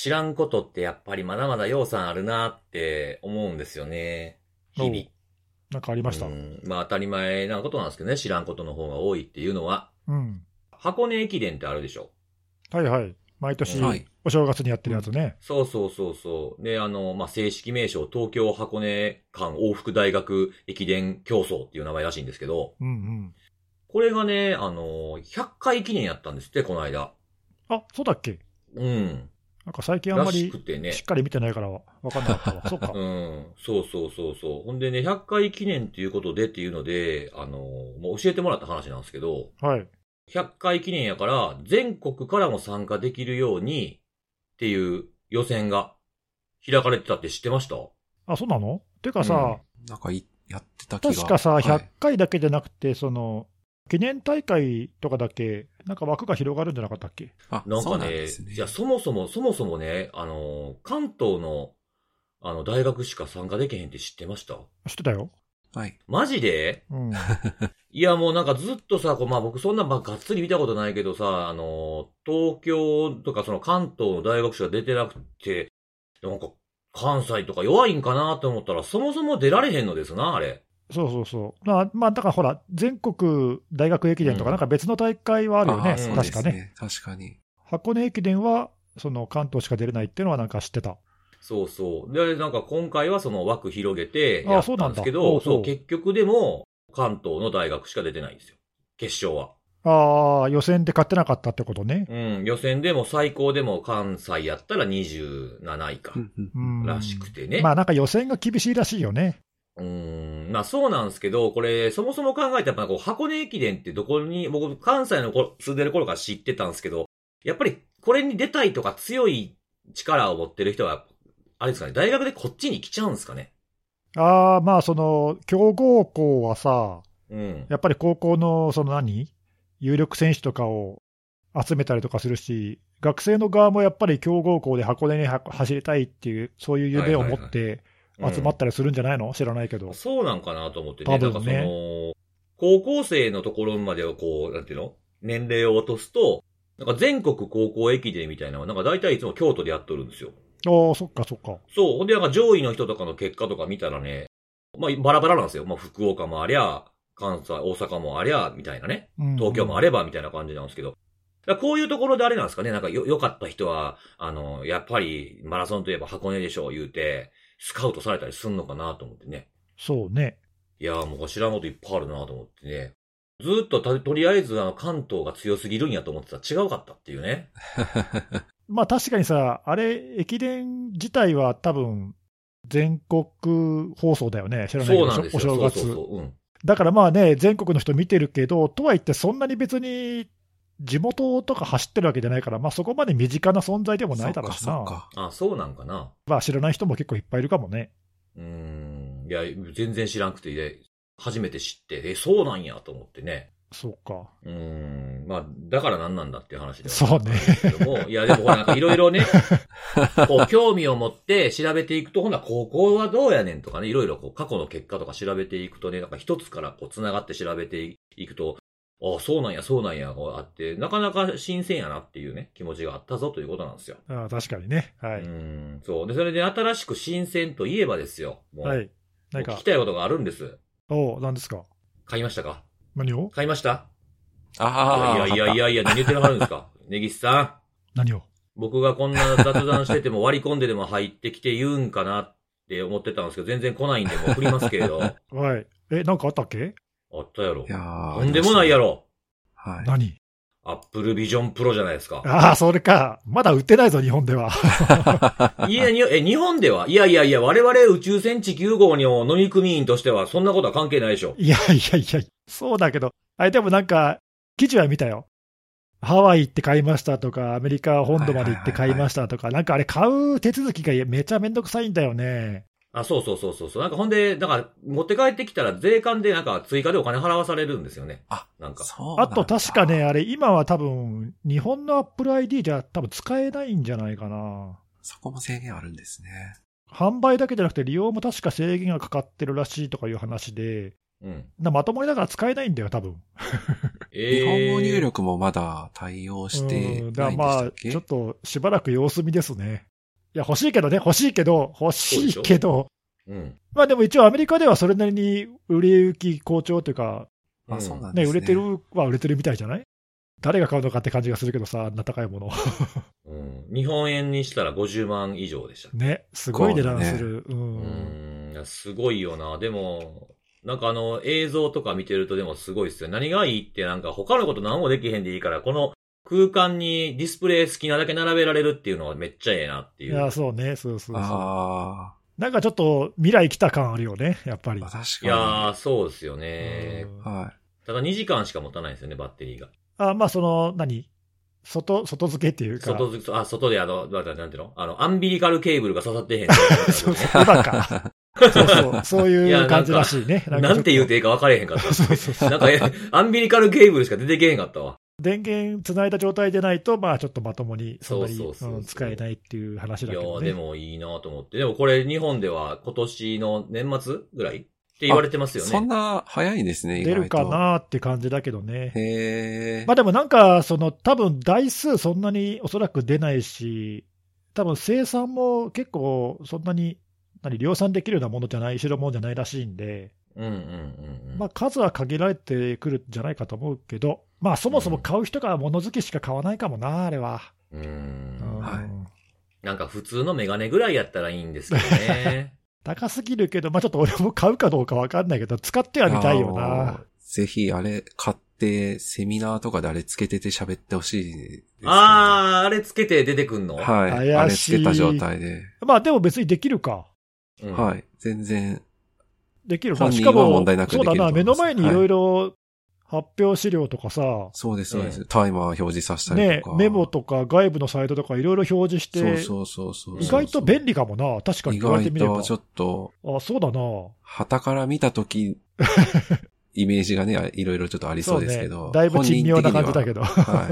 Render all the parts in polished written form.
知らんことってやっぱりまだまだ要素あるなって思うんですよね。日々。 なんかありました。 まあ当たり前なことなんですけどね、知らんことの方が多いっていうのは。 うん。 箱根駅伝ってあるでしょ。 はいはい。毎年、お正月にやってるやつね。 そうそうそうそう。で、まあ、正式名称、東京箱根間往復大学駅伝競争っていう名前らしいんですけど、 うんうん。 これがね、100回記念やったんですって、この間。 あ、そうだっけ。 うん。 なんか最近あんらしまりくてね。 しっかり見てないからわかんなかったわ。そうか。 うん。そうそうそうそう。ほんでね、100回記念っていうことでっていうので、もう教えてもらった話なんですけど、 はい。 100回記念やから、全国からも参加できるようにっていう予選が開かれてたって知ってました？ あ、そうなの？てかうん。 さ、 なんかやってた気が。 確かさ、 はい 100回だけじゃなくて、記念大会とかだけ、なんか枠が広がるんじゃなかったっけ？ あ、 なんそうなんかね、 ですね。 いや、そもそもね、関東の、大学しか参加できへんって知ってました？ 知ってたよ。 はい。 マジで？ うん。 いや、もうなんかずっとさ、まあ僕そんな、まあがっつり見たことないけどさ、東京とかその関東の大学しか出てなくて、なんか関西とか弱いんかなと思ったら、そもそも出られへんのですな、あれ。 そうそうそう。まあ、だからほら、全国大学駅伝とか、なんかうん。 別の大会はあるよね、 そう確かね。 ですね。確かに。 箱根駅伝は、関東しか出れないっていうのはなんか知ってた。 そうそう。で、なんか今回はその枠広げてああ、 やったんそうなんだ。 ですけど、そう、 ほうほう。 結局でも関東の大学しか出てないんですよ。決勝は。 ああ、予選で勝ってなかったってことね。 うん、予選でも最高でも関西やったら27位か。らしくてね。 まあなんか予選が厳しいらしいよね。 まあそうなんですけど、これ、そもそも考えたら、こう、箱根駅伝ってどこに、僕、関西の住んでる頃から知ってたんですけど、やっぱり、これに出たいとか強い力を持ってる人は、あれですかね、大学でこっちに来ちゃうんですかね。 ああ、まあ強豪校はさ、 うん。 やっぱり高校の有力選手とかを集めたりとかするし、学生の側もやっぱり強豪校で箱根に走りたいっていう、そういう夢を持って集まったりするんじゃないの？知らないけど。 そうなんかなと思ってね。 多分ね。 なんかその、高校生のところまでをこう、なんていうの？年齢を落とすと、なんか全国高校駅伝みたいなのは、なんか大体いつも京都でやっとるんですよ。 ああ、そっかそっか。 そう。ほんで、なんか上位の人とかの結果とか見たらね、まあ、バラバラなんですよ。まあ、福岡もありゃ、関西、大阪もありゃ、みたいなね。東京もあれば、みたいな感じなんですけど。だからこういうところであれなんですかね。なんか良かった人は、やっぱりマラソンといえば箱根でしょ、言うて、スカウトされたりすんのかなと思ってね。 そうね。 いやーもう知らんこといっぱいあるなと思ってね。ずーっととりあえず関東が強すぎるんやと思ってたら違うかったっていうね。 まあ確かにさ、あれ、駅伝自体は多分、全国放送だよね。知らないけど、 そうなんですよ。 お正月。 そう。うん。 だからまあね、全国の人見てるけど、とはいってそんなに別に地元とか走ってるわけじゃないから、まあそこまで身近な存在でもないだろうしな。 あ、そうなんかな。 まあ知らない人も結構いっぱいいるかもね。 いや、全然知らんくて、初めて知って、そうなんやと思ってね。 そうか。 まあ、だから何なんだっていう話ではそうね。 あるんですけども、いや、でもほら、なんかいろいろね、こう、興味を持って調べていくと、ほな、高校はどうやねんとかね、いろいろこう、過去の結果とか調べていくとね、なんか一つからこう、繋がって調べていくと、ああ、そうなんや、こうあって、なかなか新鮮やなっていうね、気持ちがあったぞということなんですよ。 ああ、確かにね。はい。 そう。で、それで新しく新鮮といえばですよ。もう、 はい。 何か聞きたいことがあるんです。 おう、何ですか？ 買いましたか？ 何を？ 買いました？ ああ。 いや、何言ってるはるんですか？根岸さん。 何を？ 僕がこんな雑談してても割り込んででも入ってきて言うんかなって思ってたんですけど、全然来ないんでもう振りますけれど。 はい。なんかあったっけ？ あったやろ。 いやーとんでもないやろ。 はい。 何？ アップルビジョンプロじゃないですか。 ああ、それか。まだ売ってないぞ、日本では。 いや、日本ではいや、我々宇宙船地球号の乗組員としてはそんなことは関係ないでしょ。 いや、そうだけど。でもなんか、記事は見たよ。ハワイ行って買いましたとか、アメリカ本土まで行って買いましたとか、なんかあれ買う手続きがめちゃめんどくさいんだよね。 あ、そう。なんかほんで、だから持って帰ってきたら税関でなんか追加でお金払わされるんですよね。なんか。 あと確かね、あれ今は多分、日本の Apple ID じゃ多分使えないんじゃないかな。 そこも制限あるんですね。 販売だけじゃなくて利用も確か制限がかかってるらしいとかいう話で、まともにだから使えないんだよ、多分。 日本語入力もまだ対応してないんでしたっけ？ ちょっとしばらく様子見ですね。 や、欲しいけどね、欲しいけど、 うん。 まあでも一応アメリカではそれなりに売れ行き好調というか、 あ、そうなんですね。 売れてるは売れてるみたいじゃない？誰が買うのかって感じがするけどさ、あんな高いもの。 うん。日本円にしたら50万以上でした。 ね、すごい値段する。 すごいよな。でも、なんか映像とか見てるとでもすごいっすよ。何がいいってなんか他のこと何もできへんでいいから、この空間にディスプレイ好きなだけ並べられるっていうのはめっちゃええなっていう。 いや、そうね、そう。 なんかちょっと未来来た感あるよね、やっぱり。 確かに。 いやー、そうですよね。 はい。 ただ2時間しか持たないんですよね、バッテリーが。 まあ外付けっていうか。 外でなんていうのアンビリカルケーブルが刺さってへん。 そう、今か。そういう感じらしいね。 なんて言うていいか分かれへんかった。なんか、アンビリカルケーブルしか出てけへんかったわ。 電源つないだ状態でないと、まあちょっとまともにそんなに使えないっていう話だけどね。 いや、でもいいなと思って。でもこれ日本では今年の年末ぐらいって言われてますよね。 そんな早いですね、意外と。 出るかなって感じだけどね。 へー。 まあでもなんか、多分台数そんなにおそらく出ないし、多分生産も結構そんなに量産できるようなものじゃない、代物じゃないらしいんで、まあ数は限られてくるんじゃないかと思うけど、まあそもそも買う人が物好きしか買わないかもな、あれは。 はい。 なんか普通のメガネぐらいやったらいいんですけどね。 高すぎるけど、まあちょっと俺も買うかどうかわかんないけど、使ってはみたいよな。 ぜひあれ買って、セミナーとかであれつけてて喋ってほしいです、ね。 あれつけて出てくんの？ はい。あれつけた状態で。 まあでも別にできるか。 はい。全然。 できるか。しかも、 そうだな、目の前にいろいろ発表資料とかさ。 そうです、そうです。タイマー表示させたりとか。 メモとか外部のサイトとかいろいろ表示して。 そう。 意外と便利かもな。確かに言われてみれば。 意外とちょっと。 そうだな。 旗から見たとき、イメージがね、いろいろちょっとありそうですけど。 だいぶ珍妙な感じだけど。 はい。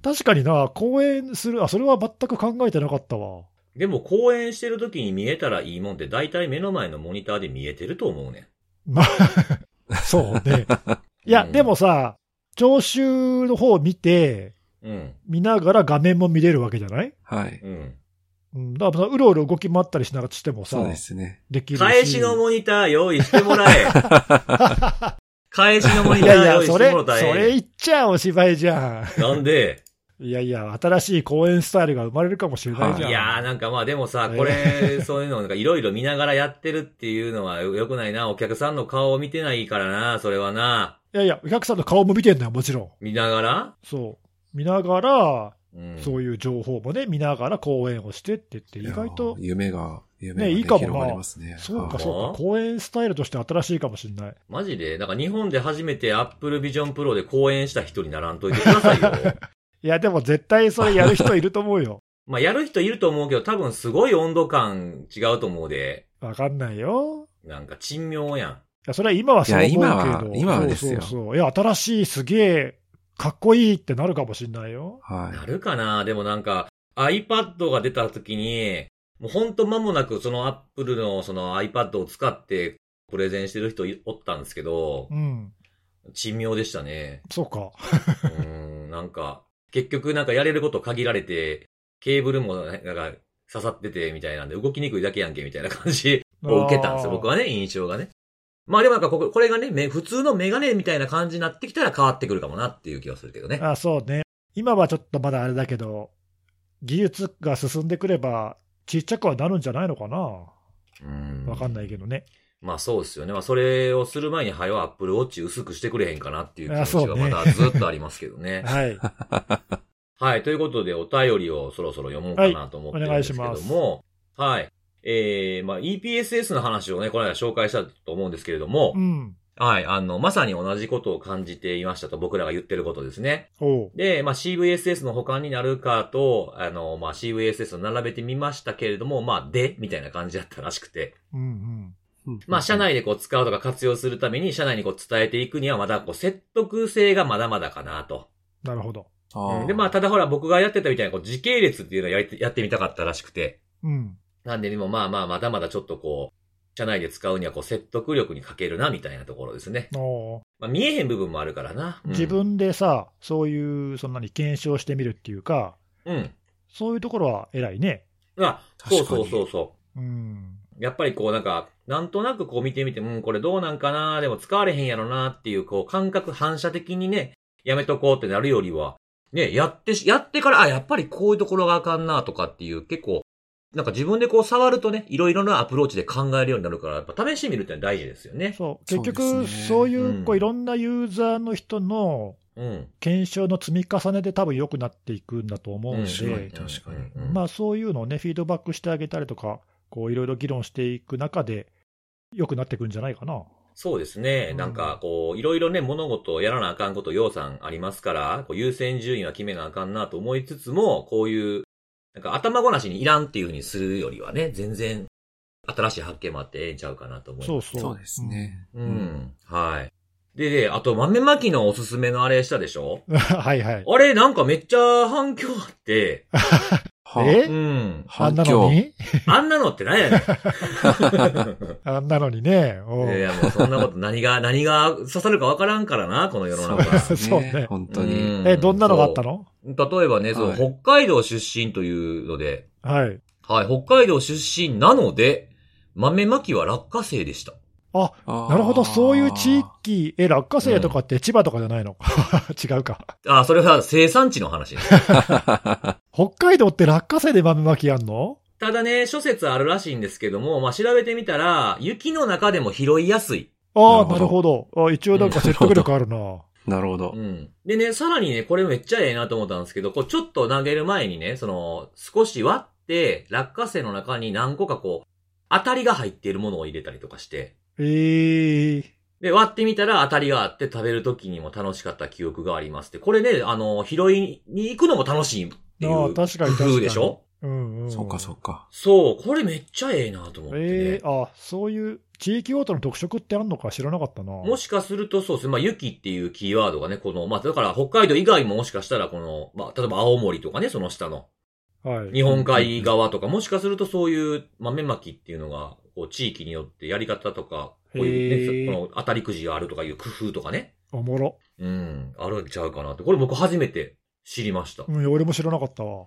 確かにな、講演する、それは全く考えてなかったわ。 でも講演してる時に見えたらいいもんって大体目の前のモニターで見えてると思うね。 まあ、そうね。いや、でもさ、聴衆の方を見て、見ながら画面も見れるわけじゃない？ はい。 だからうろうろ動き回ったりしながらしてもさ、 そうですね。 できるし。 返しのモニター用意してもらえ。返しのモニター用意してもらったらそれ言っちゃお芝居じゃん。 なんで？ いやいや、新しい講演スタイルが生まれるかもしれないじゃん。 いやーなんかまあでもさ、これ、そういうのなんかいろいろ見ながらやってるっていうのは良くないな。お客さんの顔を見てないからな、それはな。 いやいや、お客さんの顔も見てんだよ、もちろん。 見ながら？ そう。見ながら、そういう情報もね、見ながら講演をしてって言って、意外と。 夢がね、いいかもな。 そうか。講演スタイルとして新しいかもしれない。 マジで？なんか日本で初めて Apple Vision Pro で講演した人にならんといてくださいよ。 いや、でも絶対それやる人いると思うよ。 まあ、やる人いると思うけど、多分すごい温度感違うと思うで。 わかんないよ。 なんか珍妙やん。いや、それは今はそう思うけど。 今はですよ。 そう。いや、新しい、すげえ、かっこいいってなるかもしれないよ。 はい。 なるかな？でもなんか、iPad が出た時に、もうほんと間もなくその Apple のその iPad を使ってプレゼンしてる人おったんですけど、珍妙でしたね。 そうか。 なんか、結局なんかやれること限られて、ケーブルもなんか刺さっててみたいなんで動きにくいだけやんけみたいな感じを受けたんですよ。僕はね、印象がね。まあでもなんかこれがね、普通のメガネみたいな感じになってきたら変わってくるかもなっていう気がするけどね。 そうね。今はちょっとまだあれだけど、技術が進んでくればちっちゃくはなるんじゃないのかな。わかんないけどね。まあそうですよね。まあそれをする前に早は Apple Watch 薄くしてくれへんかなっていう気持ちがまだずっとありますけどね。 はい。 はい。ということでお便りをそろそろ読もうかなと思ってるんですけども。はい。まあ EPSS の話をね、この間紹介したと思うんですけれども。はい。まさに同じことを感じていましたと僕らが言ってることですね。で、まあ CVSS の他になるかと、まあ CVSS を並べてみましたけれども、まあみたいな感じだったらしくて。まあ、社内でこう使うとか活用するために、社内にこう伝えていくには、まだこう説得性がまだまだかなと。 なるほど。 で、まあ、ただほら、僕がやってたみたいな、こう、時系列っていうのをやってみたかったらしくて。なんで、でもまあまあ、まだまだちょっとこう、社内で使うにはこう、説得力に欠けるな、みたいなところですね。まあ、見えへん部分もあるからな。 自分でさ、そういう、そんなに検証してみるっていうか、そういうところは偉いね。 そうそうそうそう。 うん。 やっぱりこうなんか、なんとなくこう見てみて、これどうなんかな、でも使われへんやろなっていうこう感覚反射的にね、やめとこうってなるよりは、ね、やってから、やっぱりこういうところがあかんなとかっていう結構、なんか自分でこう触るとね、いろいろなアプローチで考えるようになるから、やっぱ試してみるってのは大事ですよね。 そう。結局、そういう、こういろんなユーザーの人の、検証の積み重ねで多分良くなっていくんだと思うので、 確かに。 まあそういうのをね、フィードバックしてあげたりとか、こういろいろ議論していく中で、良くなっていくんじゃないかな。 そうですね。なんか、こう、いろいろね、物事をやらなあかんこと、要素ありますから、こう優先順位は決めなあかんなと思いつつも、こういう、なんか頭ごなしにいらんっていう風にするよりはね、全然、新しい発見もあってええんちゃうかなと思います。 そうですね。 はい。で、あと、豆まきのおすすめのあれしたでしょはいはい。 あれ、なんかめっちゃ反響あって、 あんなのにあんなのって何やねん。 あんなのにね。 いや、もうそんなこと何が刺さるかわからんからな、この世の中。 そうね。 本当に。 どんなのがあったの？ 例えばね、北海道出身というので、 はい。 はい、北海道出身なので、豆まきは落花生でした。 なるほど、そういう地域、落花生とかって千葉とかじゃないの？違うか。 それは生産地の話です。 北海道って落花生で豆まきやんの？ ただね、諸説あるらしいんですけども、まあ、調べてみたら、雪の中でも拾いやすい。 なるほど。一応なんか説得力あるな。 なるほど。 でね、さらにね、これめっちゃええなと思ったんですけど、こうちょっと投げる前にね、少し割って、落花生の中に何個かこう、当たりが入っているものを入れたりとかして、で、割ってみたら当たりがあって食べる時にも楽しかった記憶がありますって。これね、拾いに行くのも楽しいっていう工夫でしょ？ そうかそうか。 そう、これめっちゃええなと思ってね。 そういう地域ごとの特色ってあるのか知らなかったな。 もしかするとそうですね。まあ、雪っていうキーワードがね、だから北海道以外ももしかしたら例えば青森とかね、その下の。はい。日本海側とか、もしかするとそういう豆まきっていうのが、こう地域によってやり方とか、こういうね、この当たりくじがあるとかいう工夫とかね。 おもろ。 あるんちゃうかなって。これ僕初めて知りました。 俺も知らなかったわ。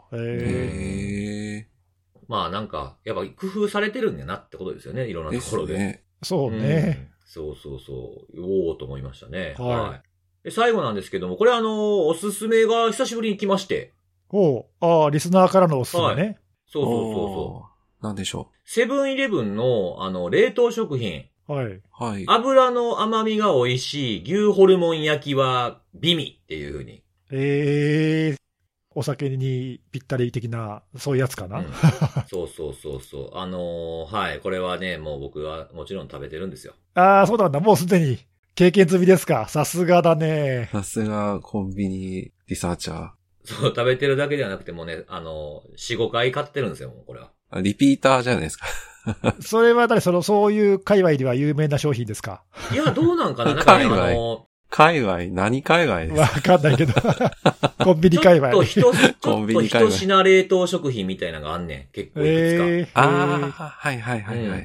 まあなんか、やっぱ工夫されてるんだなってことですよね。いろんなところで。 ね、そうね、 そう。おーと思いましたね。はい。で、最後なんですけども、これおすすめが久しぶりに来まして。 リスナーからのおすすめね。はい、 そう。なんでしょう。 セブンイレブンの冷凍食品。 はい。 油の甘みが美味しい牛ホルモン焼きは美味っていう風に。 お酒にぴったり的な、そういうやつかな。 そう。はい。これはね、もう僕はもちろん食べてるんですよ。 そうなんだ。もうすでに経験済みですか。さすがだね。 さすがコンビニリサーチャー。 そう、食べてるだけではなくてもね、4、5回買ってるんですよ、もうこれは。 リピーターじゃないですか。 それはそういう界隈では有名な商品ですか？ いや、どうなんかな。なんか界隈何界隈ですか？ わかんないけど。コンビニ界隈。 ちょっと一品冷凍食品みたいなのがあんねん。結構いくつか。 はい。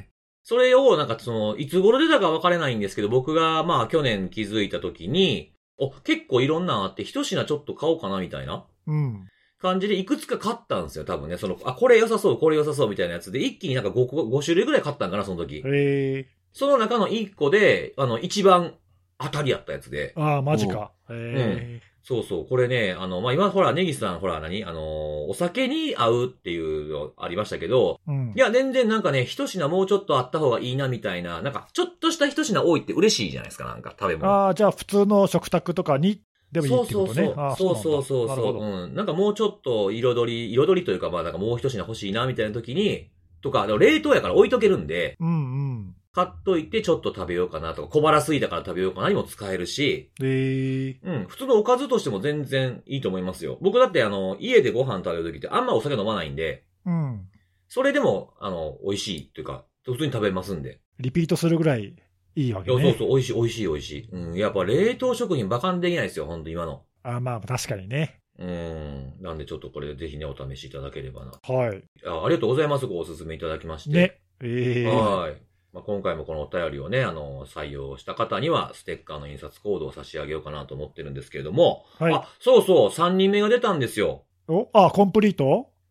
それを、なんかいつ頃出たか分かれないんですけど、僕がまあ去年気づいた時に、結構いろんなのあって、一品ちょっと買おうかなみたいな。感じでいくつか買ったんですよ、多分ね。これ良さそう、みたいなやつで、一気になんか5種類ぐらい買ったんかな、その時。その中の1個で、一番当たりやったやつで。 マジか。 そう。これね、まあ、今ほら、ネギさん、ほら、お酒に合うっていうのありましたけど、いや、全然なんかね、一品もうちょっとあった方がいいな、みたいな、なんか、ちょっとした一品多いって嬉しいじゃないですか、なんか、食べ物。 じゃあ、普通の食卓とかに、でもいいってことね。 そう。なんかもうちょっと彩りというか、まあなんかもう一品欲しいな、みたいな時に、とか、冷凍やから置いとけるんで、買っといてちょっと食べようかなとか、小腹すいたから食べようかなにも使えるし、普通のおかずとしても全然いいと思いますよ。僕だって家でご飯食べる時ってあんまお酒飲まないんで、それでも、美味しいというか、普通に食べますんで。 リピートするぐらいいいわけね。 そう、美味しい。やっぱ冷凍食品バカにできないですよ、ほんと今の。 まあ確かにね。 なんでちょっとこれぜひね、お試しいただければな。 はい。 ありがとうございます。ごお勧めいただきまして。 ね。 はい。まあ、今回もこのお便りをね、採用した方には、ステッカーの印刷コードを差し上げようかなと思ってるんですけれども。はい。そう、3人目が出たんですよ。 コンプリート？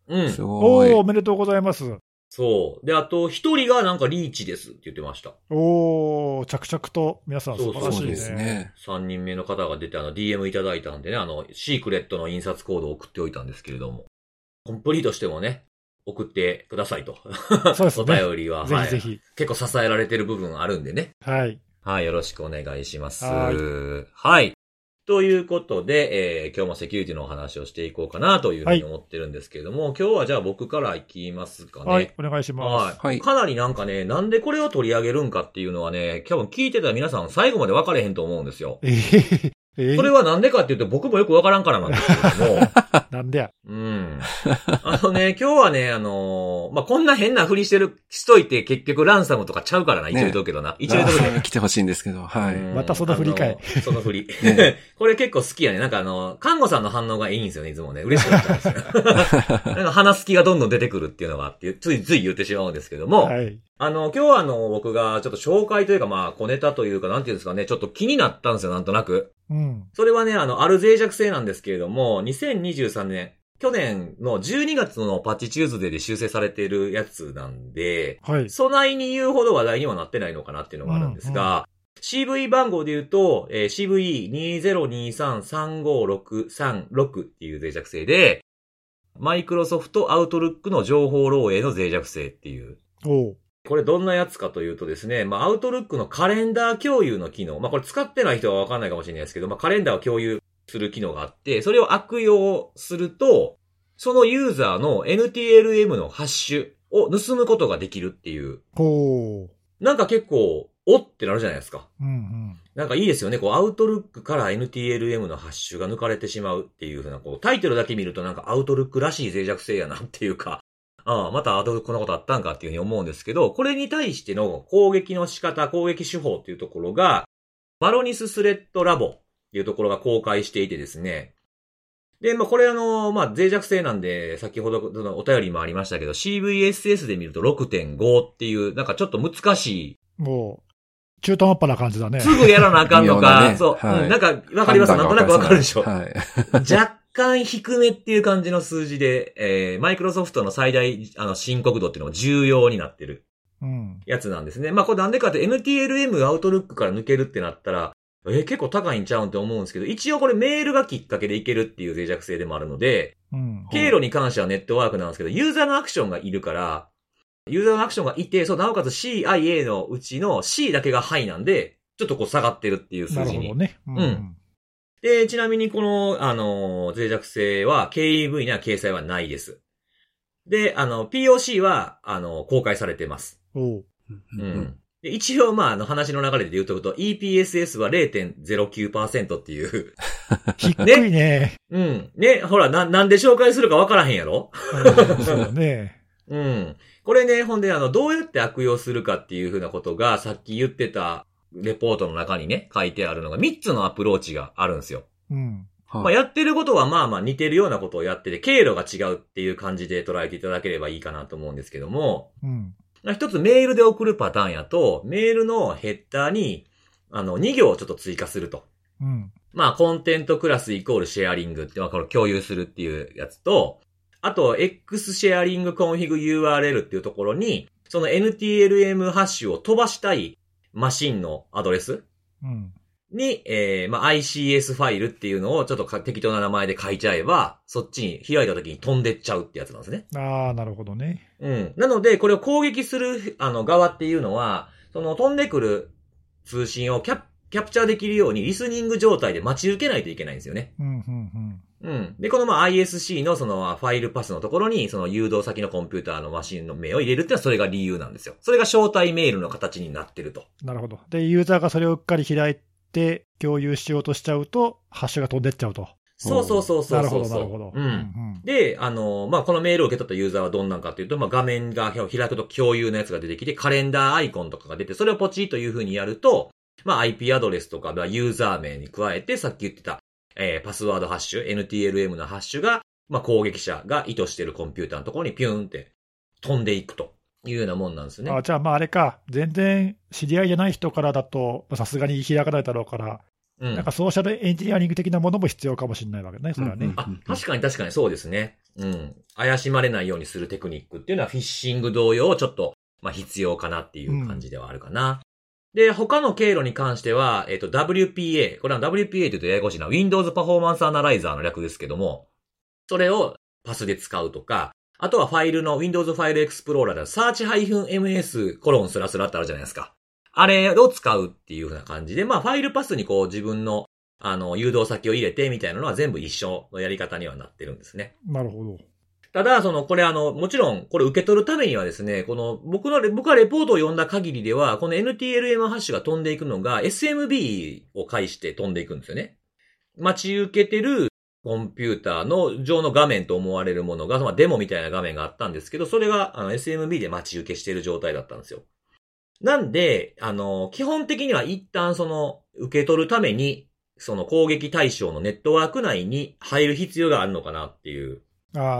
うん。 すごい。 おめでとうございます。 そう。で、あと、一人がなんかリーチですって言ってました。 着々と皆さん素晴らしいね。 そうですね。 3人目の方が出て、DM いただいたんでね、シークレットの印刷コードを送っておいたんですけれども、コンプリートしてもね、送ってくださいと。 そうですね。 お便りは、 ぜひぜひ、 結構支えられてる部分あるんでね。 はい。 はい、よろしくお願いします。 はい。 はい。ということで、今日もセキュリティのお話をしていこうかなというふうに思ってるんですけれども、はい、今日はじゃあ僕から行きますかね。 はい、お願いします。 はい。かなりなんかね、なんでこれを取り上げるんかっていうのはね、多分聞いてた皆さん最後まで分かれへんと思うんですよ。それはなんでかって言うと僕もよくわからんからなんですけども。 なんでや。 うん。今日はね、こんな変なふりしといて結局ランサムとかちゃうからな、一応言うとくけどな。一応言うとくけど。 来てほしいんですけど、はい。 またそのふりかい。 そのふり。これ結構好きやね。なんか看護さんの反応がいいんですよね、いつもね。嬉しくなっちゃうんですよ。なんか話す気がどんどん出てくるっていうのがあって、つい言ってしまうんですけども。はい。今日は僕がちょっと紹介というか小ネタというか、なんていうんですかね、ちょっと気になったんですよ、なんとなく。うん。それはね、ある脆弱性なんですけれども、2023年、去年の12月のパッチチューズデーで修正されているやつなんで、はい。そないに言うほど話題にはなってないのかなっていうのがあるんですが、CV 番号で言うと、CVE2023-35636 っていう脆弱性で、マイクロソフトアウトルックの情報漏洩の脆弱性っていう。これどんなやつかというとですね、アウトルックのカレンダー共有の機能。これ使ってない人はわかんないかもしれないですけど、カレンダーを共有する機能があって、それを悪用すると、そのユーザーの NTLM のハッシュを盗むことができるっていう。なんか結構、おってなるじゃないですか。うんうん。なんかいいですよね。アウトルックから NTLM のハッシュが抜かれてしまうっていう風な、タイトルだけ見るとなんかアウトルックらしい脆弱性やなっていうか、またこんなことあったんかっていうふうに思うんですけど、これに対しての攻撃の仕方、攻撃手法っていうところが、バロニススレッドラボっていうところが公開していてですね。で、これ脆弱性なんで、先ほどお便りもありましたけど、CVSS で見ると 6.5 っていう、なんかちょっと難しい。 もう、中途半端な感じだね。 すぐやらなあかんのか。ね、そう、 はい、 なんかわかります？なんとなくわかるでしょ。 はい。 若干低めっていう感じの数字で、マイクロソフトの最大、深刻度っていうのも重要になってる。やつなんですね。これなんでかって NTLM アウトルックから抜けるってなったら、結構高いんちゃうんって思うんですけど、一応これメールがきっかけでいけるっていう脆弱性でもあるので、経路に関してはネットワークなんですけど、ユーザーのアクションがいるから、ユーザーのアクションがいて、なおかつ CIA のうちの C だけがハイなんで、ちょっと下がってるっていう数字に。 なるほどね。 で、ちなみにこの、脆弱性は KEV には掲載はないです。で、POC は、公開されてます。で一応、話の流れで言うとくと、EPSS は 0.09% っていう。 低いね。 ね、ほら、なんで紹介するかわからへんやろ？ そうだね。 これね、ほんで、どうやって悪用するかっていうふうなことが、さっき言ってた、レポートの中にね、書いてあるのが3つのアプローチがあるんですよ。やってることは似てるようなことをやってて、経路が違うっていう感じで捉えていただければいいかなと思うんですけども、一つメールで送るパターンやと、メールのヘッダーに、2行をちょっと追加すると。コンテントクラスイコールシェアリングって、これ共有するっていうやつと、あと、X シェアリングコンフィグ URL っていうところに、その NTLM ハッシュを飛ばしたいマシンのアドレスに、ICS ファイルっていうのをちょっと適当な名前で書いちゃえば、そっちに開いた時に飛んでっちゃうってやつなんですね。 ああ、なるほどね。 なので、これを攻撃する、側っていうのは、その飛んでくる通信をキャプチャーできるようにリスニング状態で待ち受けないといけないんですよね。で、このISC のそのファイルパスのところに、その誘導先のコンピューターのマシンの名を入れるってのはそれが理由なんですよ。それが招待メールの形になってると。 なるほど。で、ユーザーがそれをうっかり開いて共有しようとしちゃうと、ハッシュが飛んでっちゃうと。 そう。 なるほど、なるほど。 で、このメールを受け取ったユーザーはどんなんかっていうと、画面が開くと共有のやつが出てきて、カレンダーアイコンとかが出て、それをポチッという風にやると、IP アドレスとか、ユーザー名に加えて、さっき言ってた、パスワードハッシュ、NTLM のハッシュが、攻撃者が意図しているコンピューターのところにピューンって飛んでいくというようなもんなんですね。 じゃああれか、全然知り合いじゃない人からだと、さすがに開かないだろうから、 なんかソーシャルエンジニアリング的なものも必要かもしれないわけね、それはね。 確かにそうですね。怪しまれないようにするテクニックっていうのはフィッシング同様ちょっと、必要かなっていう感じではあるかな。で、他の経路に関しては、WPA。これは WPA というとややこしいな。Windows Performance Analyzer の略ですけども、それをパスで使うとか、あとはファイルの Windows ファイルエクスプローラーで search-ms:// ってあるじゃないですか。あれを使うっていう風な感じで、ファイルパスにこう自分の、誘導先を入れてみたいなのは全部一緒のやり方にはなってるんですね。 なるほど。 ただ、これもちろん、これ受け取るためにはですね、僕がレポートを読んだ限りでは、この NTLM ハッシュが飛んでいくのが SMB を介して飛んでいくんですよね。待ち受けてるコンピューターの上の画面と思われるものが、デモみたいな画面があったんですけど、それがSMB で待ち受けしてる状態だったんですよ。なんで、基本的には一旦受け取るために、攻撃対象のネットワーク内に入る必要があるのかなっていう。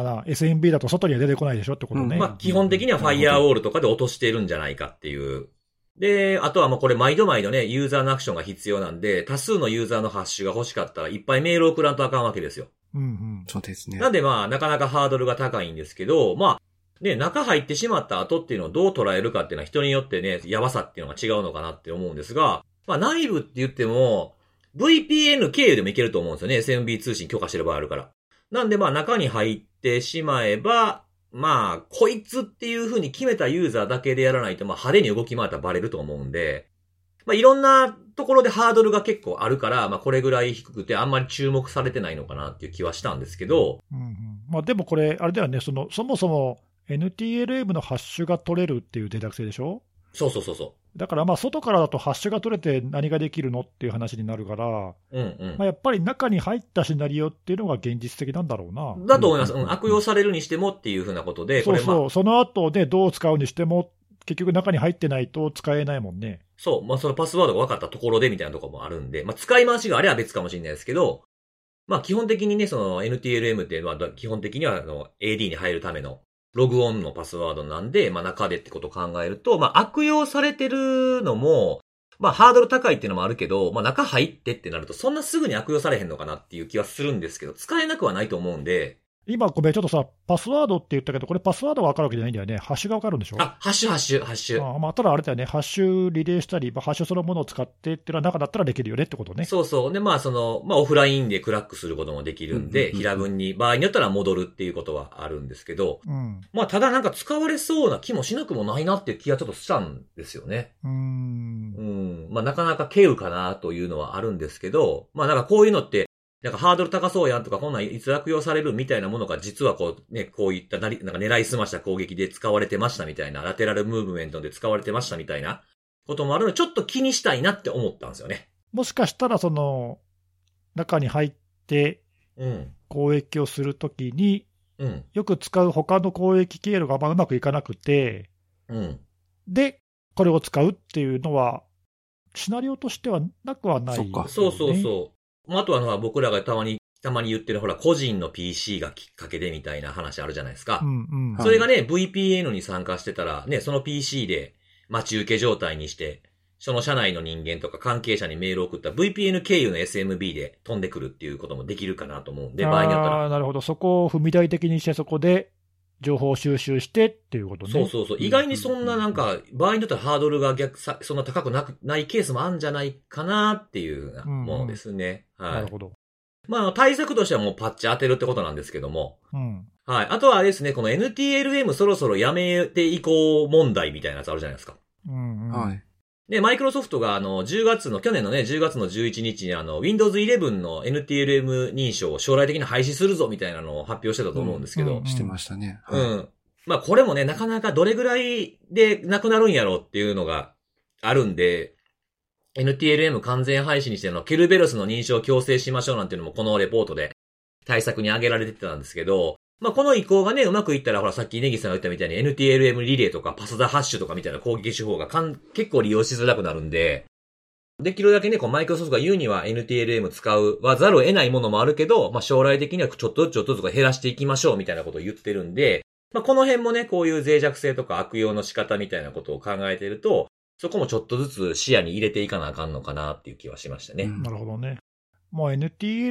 SMB だと外には出てこないでしょってことね。 基本的にはファイアーウォールとかで落としてるんじゃないかっていう。で、あとはこれ毎度ね、ユーザーのアクションが必要なんで、多数のユーザーのハッシュが欲しかったらいっぱいメールを送らんとあかんわけですよ。 そうですね。 なんでなかなかハードルが高いんですけど、中入ってしまった後っていうのをどう捉えるかっていうのは人によってね、やばさっていうのが違うのかなって思うんですが、内部って言っても、VPN 経由でもいけると思うんですよね。SMB 通信許可してる場合あるから。なんで中に入ってしまえば、こいつっていう風に決めたユーザーだけでやらないと、派手に動き回ったらバレると思うんで、いろんなところでハードルが結構あるから、これぐらい低くてあんまり注目されてないのかなっていう気はしたんですけど。 でもこれ、あれだよね、そもそも NTLM のハッシュが取れるっていうデータ作成でしょ？ そう。 だから外からだとハッシュが取れて何ができるのっていう話になるから、やっぱり中に入ったシナリオっていうのが現実的なんだろうな。 だと思います。悪用されるにしてもっていうふうなことで、 その後でどう使うにしても、結局中に入ってないと使えないもんね。 そう。そのパスワードが分かったところでみたいなところもあるんで、使い回しがあれば別かもしれないですけど、基本的にね、NTLM っていうのは基本的にはAD に入るためのログオンのパスワードなんで、中でってことを考えると、悪用されてるのも、ハードル高いっていうのもあるけど、中入ってってなると、そんなすぐに悪用されへんのかなっていう気はするんですけど、使えなくはないと思うんで。 今、ごめん、ちょっとさ、パスワードって言ったけど、これパスワードが分かるわけじゃないんだよね。ハッシュが分かるんでしょ？ ハッシュ。 ただあれだよね、ハッシュリレーしたり、ハッシュそのものを使ってっていうのは中だったらできるよねってことね。 そう。で、オフラインでクラックすることもできるんで、平文に、場合によったら戻るっていうことはあるんですけど、ただ使われそうな気もしなくもないなっていう気がちょっとしたんですよね。なかなか稀有かなというのはあるんですけど、こういうのって、ハードル高そうやんとか、こんなんいつ悪用されるみたいなものが実はこういった狙いすました攻撃で使われてましたみたいな、ラテラルムーブメントで使われてましたみたいなこともあるので、ちょっと気にしたいなって思ったんですよね。 もしかしたら中に入って攻撃をするときに、よく使う他の攻撃経路がうまくいかなくて、で、これを使うっていうのは、シナリオとしてはなくはない、ね。 そう。あとは僕らがたまに言ってる個人の PC がきっかけでみたいな話あるじゃないですか。それがね、VPN に参加してたら、ね、その PC で待ち受け状態にして、その社内の人間とか関係者にメールを送ったら VPN 経由の SMB で飛んでくるっていうこともできるかなと思うんで、場合によったら。 なるほど。そこを踏み台的にしてそこで情報収集してっていうことね。 そう。意外にそんな場合によってはハードルがそんな高くないケースもあるんじゃないかなっていうものですね。 なるほど。 対策としてはもうパッチ当てるってことなんですけども。はい。あとはですね、この NTLM そろそろやめていこう問題みたいなやつあるじゃないですか。 はい。 で、マイクロソフトが去年のね、10月の11日にWindows 11の NTLM 認証を将来的に廃止するぞみたいなのを発表してたと思うんですけど。 してましたね。 これもね、なかなかどれぐらいでなくなるんやろうっていうのがあるんで、NTLM 完全廃止にしてケルベロスの認証を強制しましょうなんていうのもこのレポートで対策に挙げられてたんですけど、この移行がね、うまくいったら、さっきネギさんが言ったみたいに NTLM リレーとかパスダハッシュとかみたいな攻撃手法が結構利用しづらくなるんで、できるだけね、マイクロソフトが言うには NTLM 使わざるを得ないものもあるけど、将来的にはちょっとずつ減らしていきましょうみたいなことを言ってるんで、この辺もね、こういう脆弱性とか悪用の仕方みたいなことを考えていると、 そこもちょっとずつ視野に入れていかなあかんのかなっていう気はしましたね。 なるほどね。もう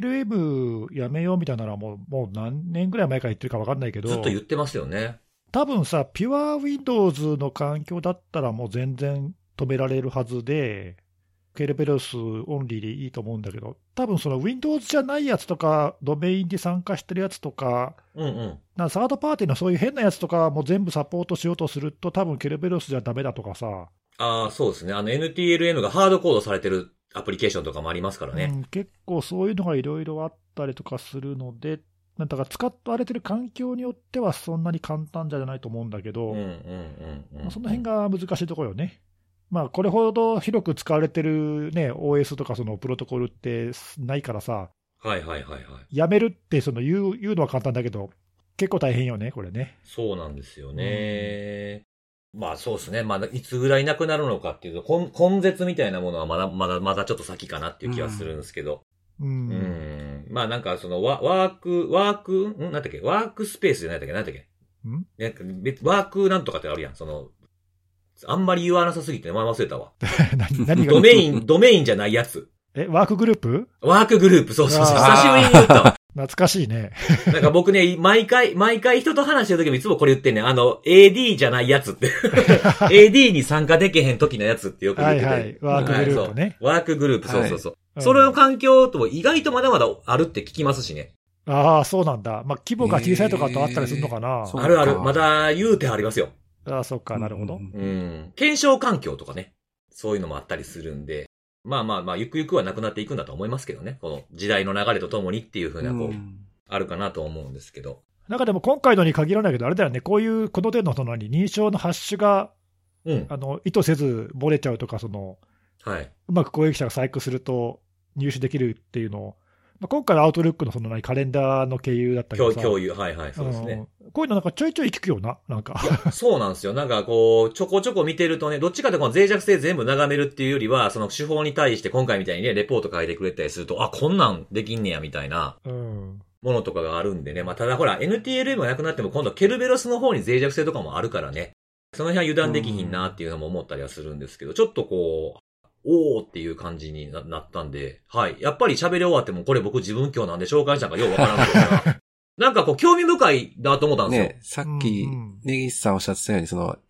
NTLM やめようみたいなのはもう何年ぐらい前から言ってるか分かんないけど、 ずっと言ってますよね。 多分さ、ピュア Windows の環境だったらもう全然止められるはずで、ケルベロスオンリーでいいと思うんだけど、多分その Windows じゃないやつとか、ドメインで参加してるやつとか、サードパーティーのそういう変なやつとかも全部サポートしようとすると、多分ケルベロスじゃダメだとかさ。 ああ、そうですね。NTLM がハードコードされてるアプリケーションとかもありますからね。 結構そういうのがいろいろあったりとかするので、だから使われてる環境によってはそんなに簡単じゃないと思うんだけど、その辺が難しいところよね。まあ、これほど広く使われてるね、OS とかそのプロトコルってないからさ、やめるってその言うのは簡単だけど、結構大変よね、これね。 そうなんですよね。まあそうですね。まだいつぐらいなくなるのかっていうと、根絶みたいなものはまだちょっと先かなっていう気はするんですけど。まあなんかそのなんだっけワークスペースじゃないんだっけなんだっけワークなんとかってあるやん。あんまり言わなさすぎて名前忘れたわ。何がドメインじゃないやつ。 ワークグループ？ ワークグループ、そう。久しぶりに言ったわ。 懐かしいね。 なんか僕ね、毎回人と話してる時もいつもこれ言ってんねん。AD じゃないやつって。AD に参加できへん時のやつってよく言ってて。 ワークグループね。 ワークグループ、そう。それの環境とも意外とまだまだあるって聞きますしね。 ああ、そうなんだ。まあ、規模が小さいとかとあったりするのかな。 ある。まだ言うてありますよ。 ああ、そっか、なるほど。 検証環境とかね。そういうのもあったりするんで。まあ、ゆくゆくはなくなっていくんだと思いますけどね。この時代の流れとともにっていう風な、あるかなと思うんですけど。 なんかでも今回のに限らないけど、あれだよね、この程度の認証のハッシュが、意図せず漏れちゃうとか、うまく攻撃者が細工すると入手できるっていうのを、今回のアウトルックのカレンダーの経由だったけどさ。 共有、そうですね。 こういうのなんかちょいちょい聞くよな、なんか。 そうなんですよ。なんかこう、ちょこちょこ見てるとね、どっちかでこの脆弱性全部眺めるっていうよりは、その手法に対して今回みたいにね、レポート書いてくれたりすると、こんなんできんねや、みたいな。ものとかがあるんでね。まあ、ただほら、NTLM がなくなっても今度はケルベロスの方に脆弱性とかもあるからね。その辺は油断できひんなっていうのも思ったりはするんですけど、ちょっとこう、おーっていう感じになったんで、はい。やっぱり喋り終わってもこれ僕自分今日なんで紹介したんかようわからんけどな。なんかこう興味深いなと思ったんですよ。 ね、さっき、根岸さんおっしゃってたように、その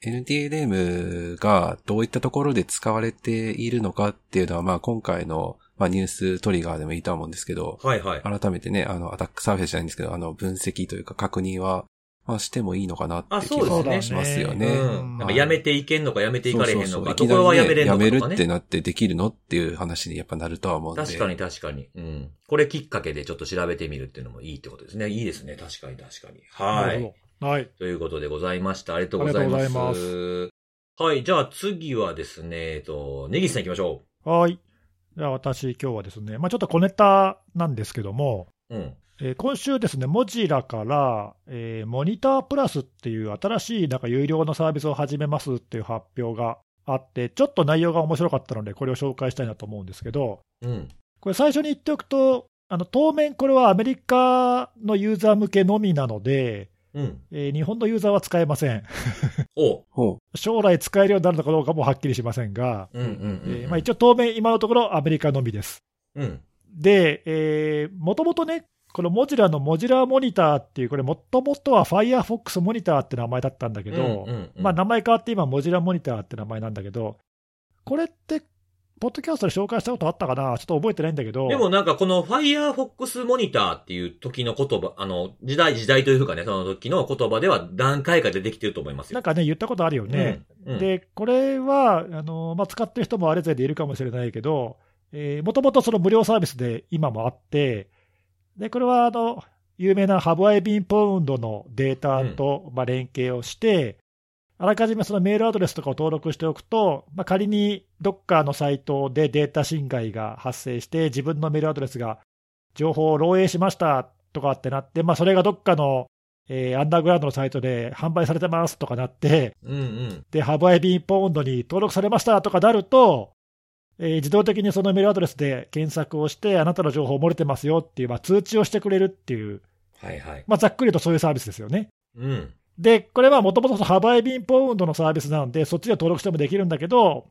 NTLM がどういったところで使われているのかっていうのは、まあ今回のニューストリガーでもいいと思うんですけど、改めてね、アタックサーフェスじゃないんですけど、分析というか確認は、してもいいのかなって気がしますよね。 なんかやめていけんのかやめていかれへんのか、どこはやめれんのかとかね。 やめるってなってできるのっていう話にやっぱなるとは思うんで。 確かに。これきっかけでちょっと調べてみるっていうのもいいってことですね。いいですね。確かに。はい。ということでございました。ありがとうございます。はい。じゃあ次はですね、根岸さん行きましょう。はい。じゃあ私今日はですね、ちょっと小ネタなんですけども、今週ですね、モジラから、モニタープラスっていう新しいなんか有料のサービスを始めますっていう発表があって、ちょっと内容が面白かったので、これを紹介したいなと思うんですけど、これ最初に言っておくと、当面これはアメリカのユーザー向けのみなので、日本のユーザーは使えません。将来使えるようになるのかどうかもはっきりしませんが、一応当面今のところアメリカのみです。で、もともとね、このモジラのモジラモニターっていう、これもともとは Firefox モニターって名前だったんだけど、名前変わって今モジラモニターって名前なんだけど、これってポッドキャストで紹介したことあったかな、ちょっと覚えてないんだけど。 でもなんかこの Firefox モニターっていう時の言葉、時代というかね、その時の言葉では何回か出てきてると思いますよ。 なんかね、言ったことあるよね。で、これは、使ってる人もあれぞれでいるかもしれないけど、もともとその無料サービスで今もあって、で、これは有名な Have I Been Pwned のデータと連携をして、あらかじめそのメールアドレスとかを登録しておくと、仮にどっかのサイトでデータ侵害が発生して、自分のメールアドレスが情報を漏洩しましたとかってなって、それがどっかの、アンダーグラウンドのサイトで販売されてますとかなって、で、Have I Been Pwned に登録されましたとかなると、自動的にそのメールアドレスで検索をして、あなたの情報漏れてますよっていう、通知をしてくれるっていう、ざっくりとそういうサービスですよね。で、これはもともとHave I Been Pwnedのサービスなので、そっちで登録してもできるんだけど、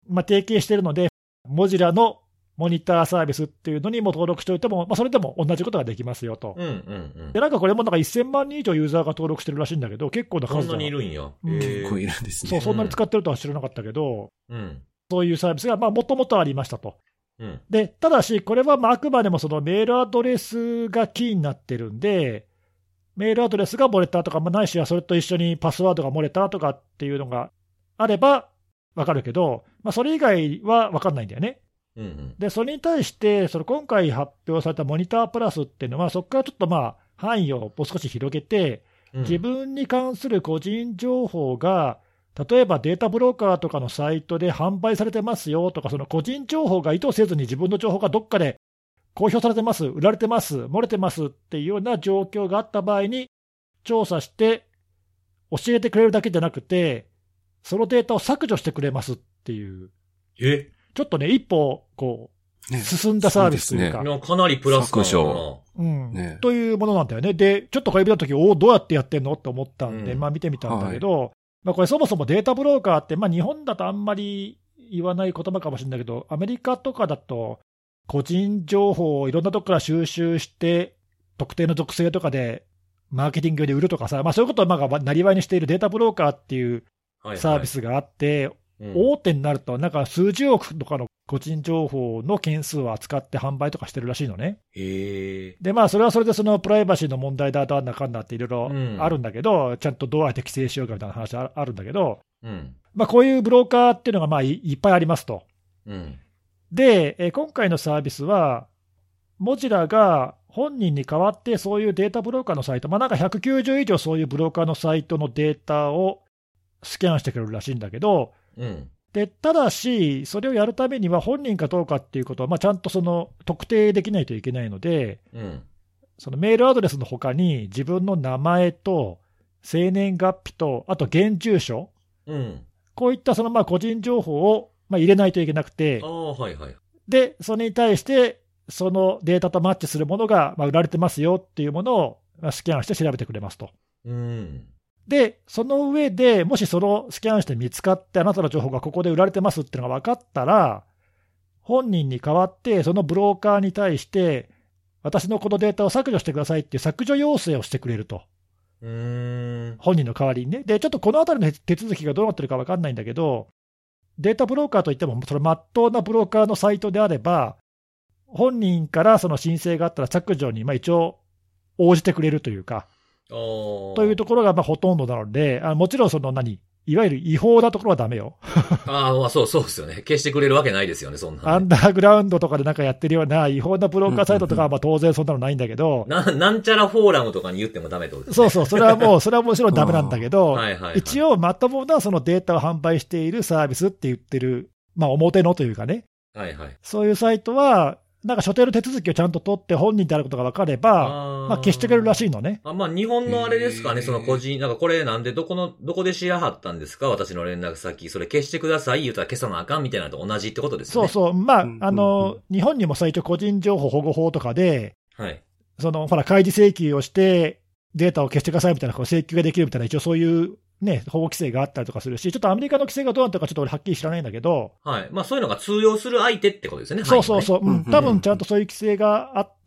提携しているので、モジュラのモニターサービスっていうのにも登録しておいても、それでも同じことができますよと。で、なんかこれもなんか1000万人以上ユーザーが登録してるらしいんだけど、結構な数だ。 そんなにいるんや。 結構いるんですね。 そう、そんなに使ってるとは知らなかったけど、そういうサービスがもともとありましたと。で、ただし、これはあくまでもそのメールアドレスがキーになってるんで、メールアドレスが漏れたとか、ないしはそれと一緒にパスワードが漏れたとかっていうのがあれば分かるけど、それ以外は分かんないんだよね。で、それに対して、今回発表されたモニタープラスっていうのは、そこからちょっと範囲をもう少し広げて、自分に関する個人情報が、例えばデータブローカーとかのサイトで販売されてますよとか、その個人情報が意図せずに自分の情報がどっかで公表されてます、売られてます、漏れてますっていうような状況があった場合に、調査して教えてくれるだけじゃなくて、そのデータを削除してくれますっていう。ちょっとね、一歩、進んだサービスというか。 かなりプラスかな。 というものなんだよね。で、ちょっとこれ見たとき、どうやってやってんのって思ったんで、見てみたんだけど、これそもそもデータブローカーって、日本だとあんまり言わない言葉かもしれないけど、アメリカとかだと、個人情報をいろんなところから収集して、特定の属性とかで、マーケティングで売るとかさ、そういうことをなりわいにしているデータブローカーっていうサービスがあって、大手になると、なんか数十億とかの個人情報の件数を扱って販売とかしてるらしいのね。で、それはそれでそのプライバシーの問題だとなんだかんだっていろいろあるんだけど、ちゃんとどうやって規制しようかみたいな話あるんだけど、こういうブローカーっていうのがいっぱいありますと。で、今回のサービスは、モジュラが本人に代わってそういうデータブローカーのサイト、なんか190以上そういうブローカーのサイトのデータをスキャンしてくれるらしいんだけど、でただし、それをやるためには本人かどうかっていうことは、ちゃんとその特定できないといけないので、そのメールアドレスのほかに、自分の名前と生年月日と、あと現住所、こういったその個人情報を入れないといけなくて、でそれに対して、そのデータとマッチするものが売られてますよっていうものをスキャンして調べてくれますと。で、その上でもしそのスキャンして見つかって、あなたの情報がここで売られてますっていうのが分かったら、本人に代わって、そのブローカーに対して、私のこのデータを削除してくださいっていう削除要請をしてくれると。本人の代わりにね。で、ちょっとこのあたりの手続きがどうなってるか分かんないんだけど、データブローカーといっても、それ真っ当なブローカーのサイトであれば、本人からその申請があったら削除に一応応じてくれるというか、というところがほとんどなので、もちろんいわゆる違法なところはダメよ。 そうですよね。消してくれるわけないですよね、そんな、ね。 アンダーグラウンドとかでなんかやってるような違法なブローカーサイトとかは当然そんなのないんだけど。 なんちゃらフォーラムとかに言ってもダメってことですね。 そう、それはもちろんダメなんだけど、一応まともなそのデータを販売しているサービスって言ってる、表のというかね。そういうサイトは、なんか所定の手続きをちゃんと取って本人であることが分かれば、消してくれるらしいのね。 日本のあれですかね、その個人、なんかこれなんでどこで知らはったんですか、私の連絡先、それ消してください言うたら消さなあかんみたいなのと同じってことですよね。そう。 日本にも一応個人情報保護法とかで、開示請求をしてデータを消してくださいみたいな請求ができるみたいな、一応そういう保護規制があったりとかするし、ちょっとアメリカの規制がどうなったかちょっと俺はっきり知らないんだけど。 そういうのが通用する相手ってことですよね。 そう。多分ちゃんとそういう規制があって、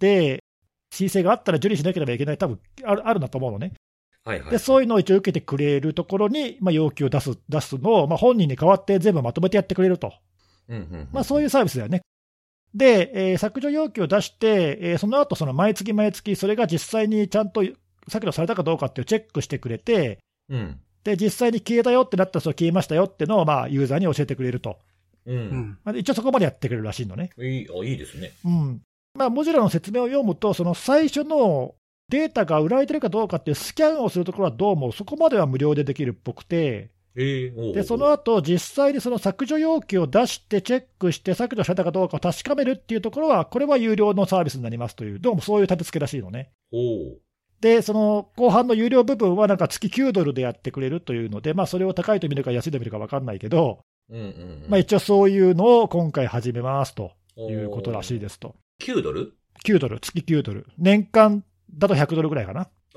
申請があったら受理しなければいけない、多分あるんだと思うのね。で、そういうのを一応受けてくれるところに、要求を出すのを、本人に代わって全部まとめてやってくれると。そういうサービスだよね。で、削除要求を出して、その後毎月それが実際にちゃんと削除されたかどうかっていうチェックしてくれて、で実際に消えたよってなったら、消えましたよってのをユーザーに教えてくれると。一応そこまでやってくれるらしいのね。 いいですね。 モジュラの説明を読むと、その最初のデータが売られてるかどうかっていうスキャンをするところはどうもそこまでは無料でできるっぽくて、でその後実際にその削除要求を出してチェックして削除されたかどうかを確かめるっていうところは、これは有料のサービスになりますという、どうもそういう立て付けらしいのね。で、その後半の有料部分はなんか月$9でやってくれるというので、それを高いと見るか安いと見るか分かんないけど、一応そういうのを今回始めますということらしいですと。 $9？$9、 月$9。年間だと$100ぐらいかな。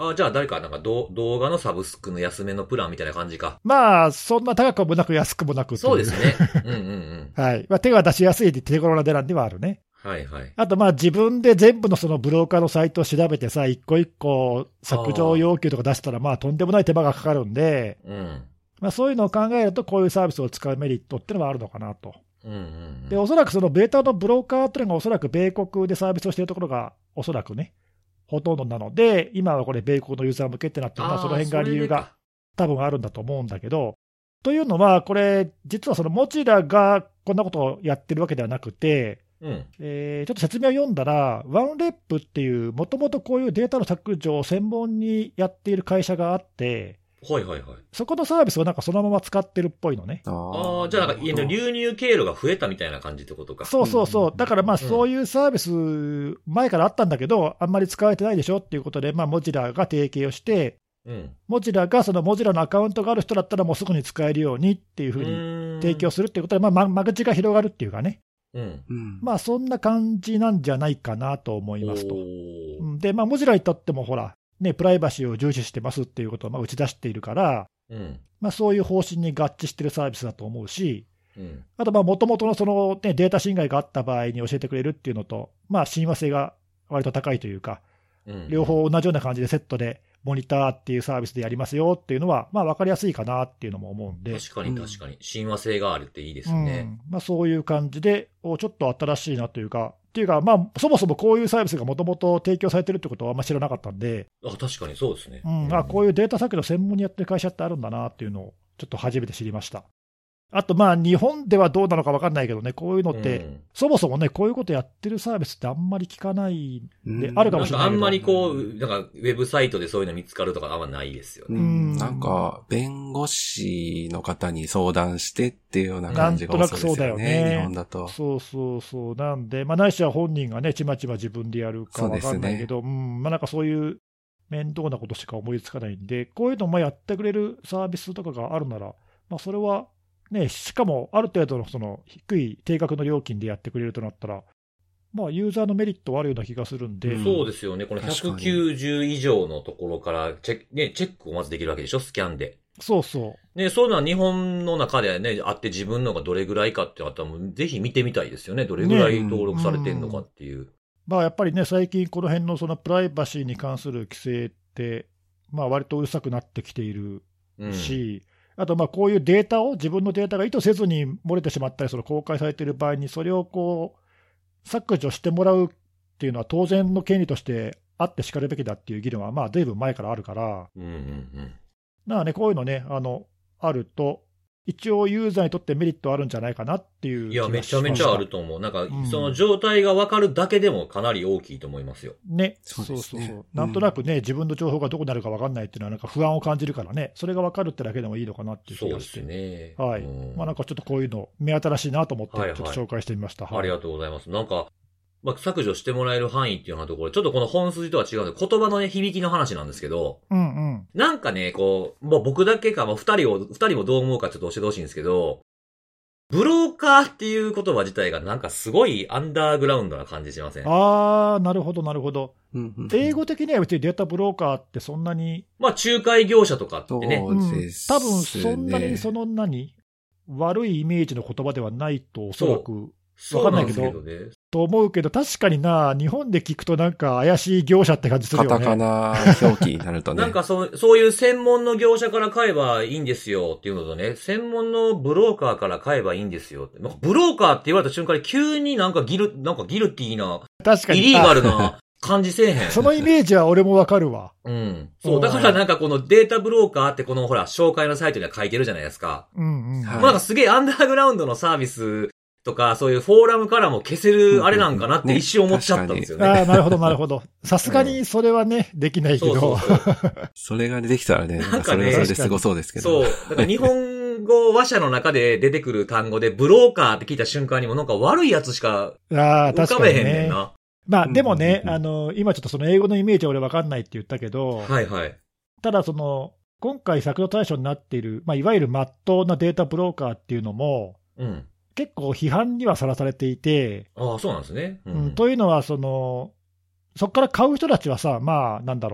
あ、じゃあ誰かなんか動画のサブスクの安めのプランみたいな感じか。 まあ、そんな高くもなく安くもなくそうですね。うんうんうん。 はい。まあ、手が出しやすい手頃な値段ではあるね。 はいはい。 あと、まあ、自分で全部のそのブローカーのサイトを調べてさ、一個一個削除要求とか出したら、まあ、とんでもない手間がかかるんで、 うん。 まあ、そういうのを考えると、こういうサービスを使うメリットっていうのはあるのかなと。 うんうんうん、 で、おそらくそのベータのブローカーっていうのが、おそらく米国でサービスをしているところが、おそらくね、ほとんどなので、今はこれ、米国のユーザー向けってなってるのは、その辺が理由が多分あるんだと思うんだけど、というのは、これ、実はそのモジラがこんなことをやってるわけではなくて、ちょっと説明を読んだら、ワンレップっていう、もともとこういうデータの削除を専門にやっている会社があって、 はいはいはい。 そこのサービスをなんかそのまま使ってるっぽいのね。 ああ、じゃあなんか流入経路が増えたみたいな感じってことか。 そうそうそう。だからまあそういうサービス、前からあったんだけど、あんまり使われてないでしょっていうことで、まあモジラが提携をして、モジラがそのモジラのアカウントがある人だったらもうすぐに使えるようにっていうふうに提供するっていうことで、まあ間口が広がるっていうかね。まあそんな感じなんじゃないかなと思いますと。で、まあモジラにとってもほら、ね、プライバシーを重視してますっていうことをまあ打ち出しているから、まあ、そういう方針に合致しているサービスだと思うし、あと、もともとのその、ね、データ侵害があった場合に教えてくれるっていうのと、まあ、親和性が割と高いというか、両方同じような感じでセットで、モニターっていうサービスでやりますよっていうのは、まあ、分かりやすいかなっていうのも思うんで。 確かに確かに。親和性があるっていいですね。 まあ、そういう感じで、ちょっと新しいなというか、っていうか、まあ、そもそもこういうサービスがもともと提供されてるってことはあんま知らなかったんで、 確かにそうですね。 こういうデータ削除専門にやってる会社ってあるんだなっていうのを、ちょっと初めて知りました。あと、まあ、日本ではどうなのか分かんないけどね、こういうのって、そもそもね、こういうことやってるサービスってあんまり聞かないで、あるかもしれないけど。 あんまりこう、なんか、ウェブサイトでそういうの見つかるとかあんまないですよね。 なんか、弁護士の方に相談してっていうような感じが多そうですよね。なんとなくそうだよね。日本だと。 そうそうそう。なんで、まあ、ないしは本人がね、ちまちま自分でやるか分かんないけど、まあ、なんかそういう面倒なことしか思いつかないんで、こういうのもやってくれるサービスとかがあるなら、まあ、それは、ね、しかもある程度のその低い定額の料金でやってくれるとなったら、まあ、ユーザーのメリットはあるような気がするんで。 そうですよね。この190以上のところからチェックをまずできるわけでしょ、スキャンで。 そうそう。 ね、そういうのは日本の中でね、あって自分のがどれぐらいかってあったら、ぜひ見てみたいですよね。どれぐらい登録されてるのかっていう。 まあ、やっぱりね、最近この辺のそのプライバシーに関する規制って、まあ、割とうるさくなってきているし、あと、こういうデータを、自分のデータが意図せずに漏れてしまったり、その公開されている場合に、それをこう削除してもらうっていうのは、当然の権利としてあってしかるべきだっていう議論は、ずいぶん前からあるから、だからね、こういうのね、あると、一応、ユーザーにとってメリットあるんじゃないかなっていう。 いや、めちゃめちゃあると思う。なんか、その状態が分かるだけでもかなり大きいと思いますよ。 ね。そうそうそう。なんとなくね、自分の情報がどこになるか分かんないっていうのは、なんか不安を感じるからね、それが分かるってだけでもいいのかなっていう気がして。 そうですね。 はい。なんかちょっとこういうの、目新しいなと思って、ちょっと紹介してみました。 ありがとうございます。なんか、削除してもらえる範囲っていうようなところ、ちょっとこの本筋とは違うんで、言葉のね、響きの話なんですけど、なんかね、こう、もう僕だけか、二人もどう思うかちょっと教えてほしいんですけど、ブローカーっていう言葉自体がなんかすごいアンダーグラウンドな感じしません？ なるほど、なるほど。英語的には別にデータブローカーってそんなに。 仲介業者とかってね。 多分そんなに悪いイメージの言葉ではないと、おそらく。わかんないけど、と思うけど、確かにな、日本で聞くとなんか怪しい業者って感じするよね。 カタカナ表記になるとね。 なんかそういう専門の業者から買えばいいんですよっていうのとね、専門のブローカーから買えばいいんですよって。ブローカーって言われた瞬間に急になんかギルティーな、イリーガルな感じせえへん。 そのイメージは俺もわかるわ。 そう、だからなんかこのデータブローカーってこのほら、紹介のサイトには書いてるじゃないですか。もうなんかすげえアンダーグラウンドのサービスとか、そういうフォーラムからも消せるあれなんかなって一瞬思っちゃったんですよね。 なるほど、なるほど。さすがにそれはね、できないけど。 それができたらね、なんかそれはそれですごそうですけど。 そう。だから日本語話者の中で出てくる単語で、ブローカーって聞いた瞬間にもなんか悪いやつしか浮かべへんねんな。 でもね、今ちょっとその英語のイメージは俺わかんないって言ったけど、ただ今回削除対象になっている、いわゆる真っ当なデータブローカーっていうのも、結構批判にはさらされていて、 そうなんですね。 というのはそこから買う人たちはさ、なんだろう、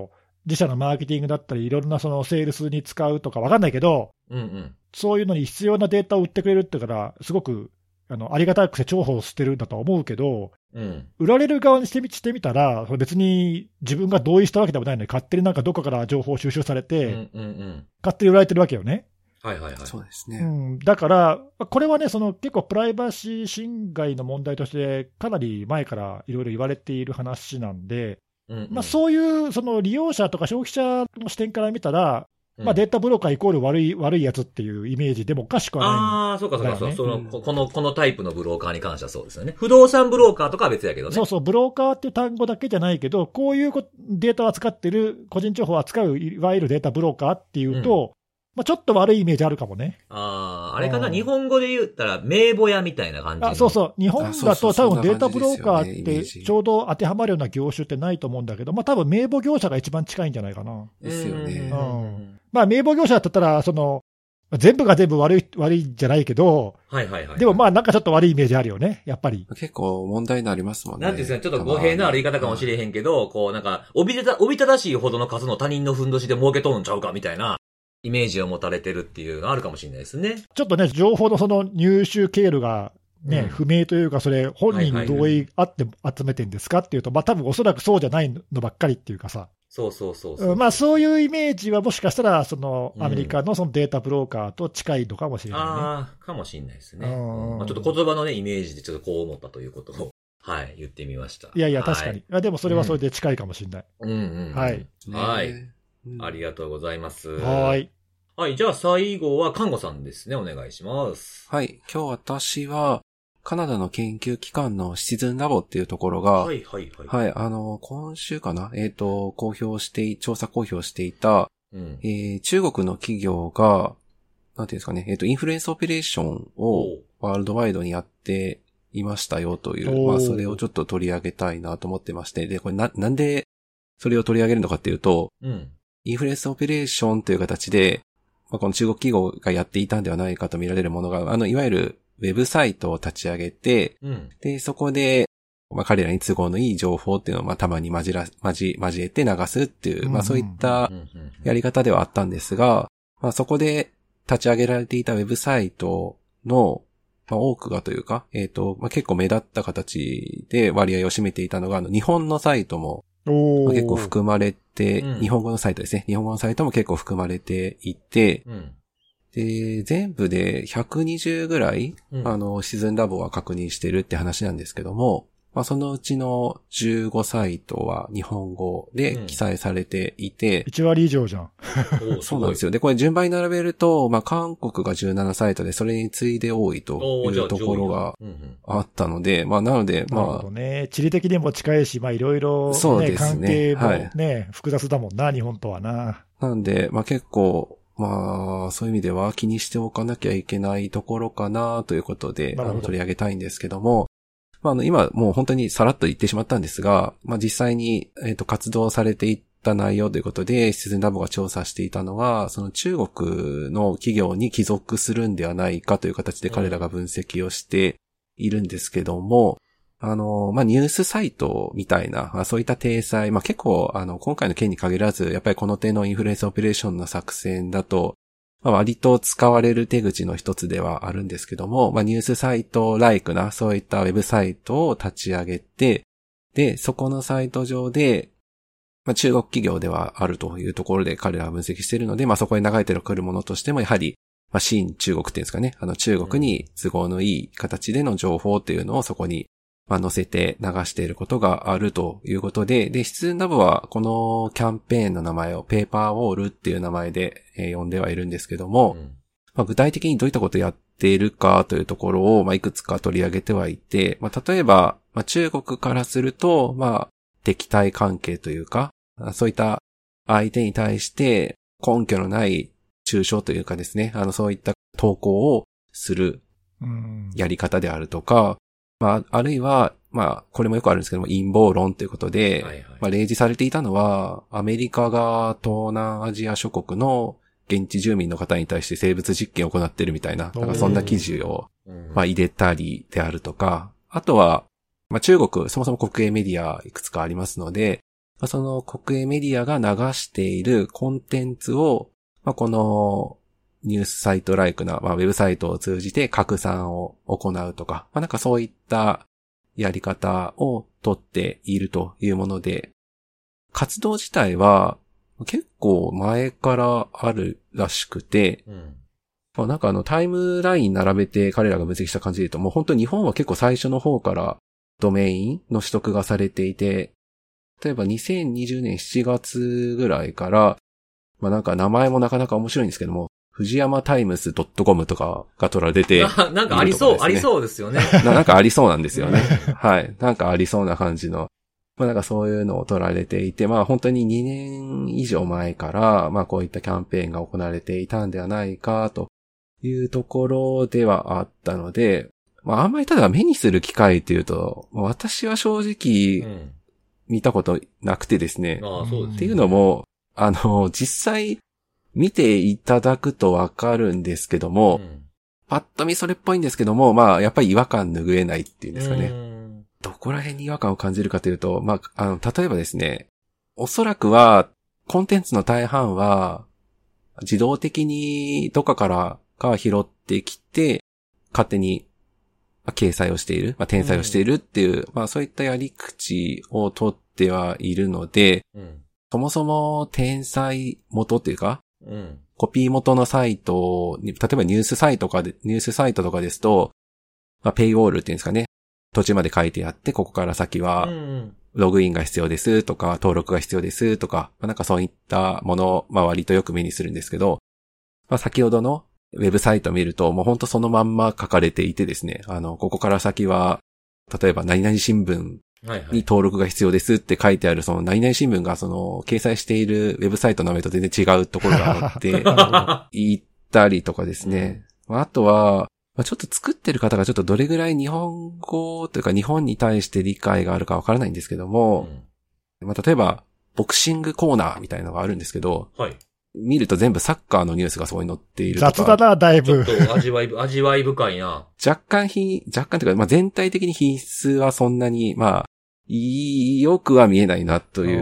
自社のマーケティングだったり、いろんなそのセールスに使うとかわかんないけど、そういうのに必要なデータを売ってくれるってから、すごくありがたくて重宝してるんだとは思うけど、売られる側にしてみたら、別に自分が同意したわけでもないのに、勝手になんかどこから情報収集されて、勝手に売られてるわけよね。 そうですね。 だから、これはね、結構プライバシー侵害の問題として、かなり前からいろいろ言われている話なんで、そういうその利用者とか消費者の視点から見たら、データブローカーイコール悪いやつっていうイメージでもおかしくはないんだよね。 ああ、そうかそうか。このタイプのブローカーに関してはそうですよね。不動産ブローカーとかは別やけどね。 そう、ブローカーっていう単語だけじゃないけど、こういうデータを扱ってる、個人情報を扱う、いわゆるデータブローカーっていうと、ちょっと悪いイメージあるかもね。 あれかな、日本語で言ったら名簿屋みたいな感じ。 そう。日本だと多分データブローカーってちょうど当てはまるような業種ってないと思うんだけど、多分名簿業者が一番近いんじゃないかな。 ですよね。 名簿業者だったら、全部が全部悪いんじゃないけど、でもなんかちょっと悪いイメージあるよね、やっぱり。 結構問題になりますもんね。 なんていうんですか、ちょっと語弊のある言い方かもしれへんけど、こうなんか、おびただしいほどの数の他人のふんどしで儲けとるんちゃうかみたいな。イメージを持たれてるっていうのあるかもしれないですね。 ちょっとね、情報のその入手経路がね、不明というか、それ本人同意あって集めてんですかっていうと、多分おそらくそうじゃないのばっかりっていうかさ。 そう。 そういうイメージはもしかしたら、アメリカのそのデータブローカーと近いのかもしれないね。 かもしれないですね。ちょっと言葉のね、イメージでちょっとこう思ったということを、言ってみました。 いや、確かに。でもそれはそれで近いかもしれない。 はい。ありがとうございます。 はい。 じゃあ最後は看護さんですね。お願いします。 はい。今日私は、カナダの研究機関のシチズンラボっていうところが、今週かな調査公表していた、中国の企業が、なんていうんですかね、インフルエンスオペレーションをワールドワイドにやっていましたよという、それをちょっと取り上げたいなと思ってまして、で、これなんでそれを取り上げるのかっていうと、インフルエンスオペレーションという形で、この中国企業がやっていたんではないかと見られるものが、いわゆるウェブサイトを立ち上げて、で、そこで、彼らに都合のいい情報っていうのをたまに交えて流すっていう、そういったやり方ではあったんですが、そこで立ち上げられていたウェブサイトの、多くがというか、結構目立った形で割合を占めていたのが、日本のサイトも結構含まれて、日本語のサイトですね。日本語のサイトも結構含まれていて、で、全部で120ぐらい、シチズンラボは確認してるって話なんですけども、そのうちの15サイトは日本語で記載されていて、 1割以上じゃん。 そうなんですよ。で、これ順番に並べると、韓国が17サイトで、それに次いで多いというところがあったので、なので、 なるほどね。地理的にも近いし、いろいろね、関係もね、複雑だもんな、日本とはな。 なんで、結構、そういう意味では気にしておかなきゃいけないところかなということで、取り上げたいんですけども、今もう本当にさらっと言ってしまったんですが、実際に、活動されていった内容ということで、シチズンラボが調査していたのは、その中国の企業に帰属するんではないかという形で彼らが分析をしているんですけども、ニュースサイトみたいな、そういった体裁、結構、今回の件に限らず、やっぱりこの手のインフルエンスオペレーションの作戦だと、割と使われる手口の一つではあるんですけども、ニュースサイトライクな、そういったウェブサイトを立ち上げて、で、そこのサイト上で、中国企業ではあるというところで彼らは分析しているので、そこに流れてくるものとしても、やはり、新中国っていうんですかね、中国に都合のいい形での情報っていうのをそこに載せて流していることがあるということで、で、シチズンラボはこのキャンペーンの名前をペーパーウォールっていう名前で、呼んではいるんですけども、具体的にどういったことをやっているかというところを、いくつか取り上げてはいて、例えば、中国からすると、敵対関係というか、そういった相手に対して根拠のない中傷というかですね、そういった投稿をするやり方であるとか、あるいは、これもよくあるんですけども、陰謀論ということで、例示されていたのは、アメリカが東南アジア諸国の現地住民の方に対して生物実験を行っているみたいな、そんな記事を、入れたりであるとか、あとは、中国、そもそも国営メディアいくつかありますので、 その国営メディアが流しているコンテンツを、このニュースサイトライクな、ウェブサイトを通じて拡散を行うとか、なんかそういったやり方をとっているというもので、活動自体は結構前からあるらしくて、なんかタイムライン並べて彼らが分析した感じで言うと、もう本当に日本は結構最初の方からドメインの取得がされていて、例えば2020年7月ぐらいから、なんか名前もなかなか面白いんですけども、藤山タイムス .com とかが取られて、 なんかありそう、ありそうですよね。 なんかありそうなんですよね。はい。なんかありそうな感じの。なんかそういうのを取られていて、本当に2年以上前から、こういったキャンペーンが行われていたんではないかというところではあったので、あんまりただ目にする機会というと、私は正直見たことなくてですね。 そうですね。 っていうのも、実際見ていただくとわかるんですけども、パッと見それっぽいんですけども、やっぱり違和感拭えないっていうんですかね。どこら辺に違和感を感じるかというと、例えばですね、おそらくは、コンテンツの大半は、自動的にどっかから拾ってきて、勝手に掲載をしている、転載をしているっていう、そういったやり口を取ってはいるので、そもそも転載元っていうか、コピー元のサイトに、例えばニュースサイトとかですと、ペイウォールっていうんですかね。途中まで書いてあって、ここから先は、ログインが必要ですとか、登録が必要ですとか、なんかそういったものを、割とよく目にするんですけど、先ほどのウェブサイトを見ると、もうほんとそのまんま書かれていてですね、ここから先は、例えば何々新聞に登録が必要ですって書いてある、その何々新聞が掲載しているウェブサイトの名前と全然違うところがあって、言ったりとかですね。あとは、ちょっと作ってる方がちょっとどれぐらい日本語というか日本に対して理解があるかわからないんですけども、例えば、ボクシングコーナーみたいなのがあるんですけど、見ると全部サッカーのニュースがそこに載っているとか。 雑だな、だいぶ。 ちょっと味わい深いな。 若干というか、全体的に品質はそんなに、よくは見えないなという。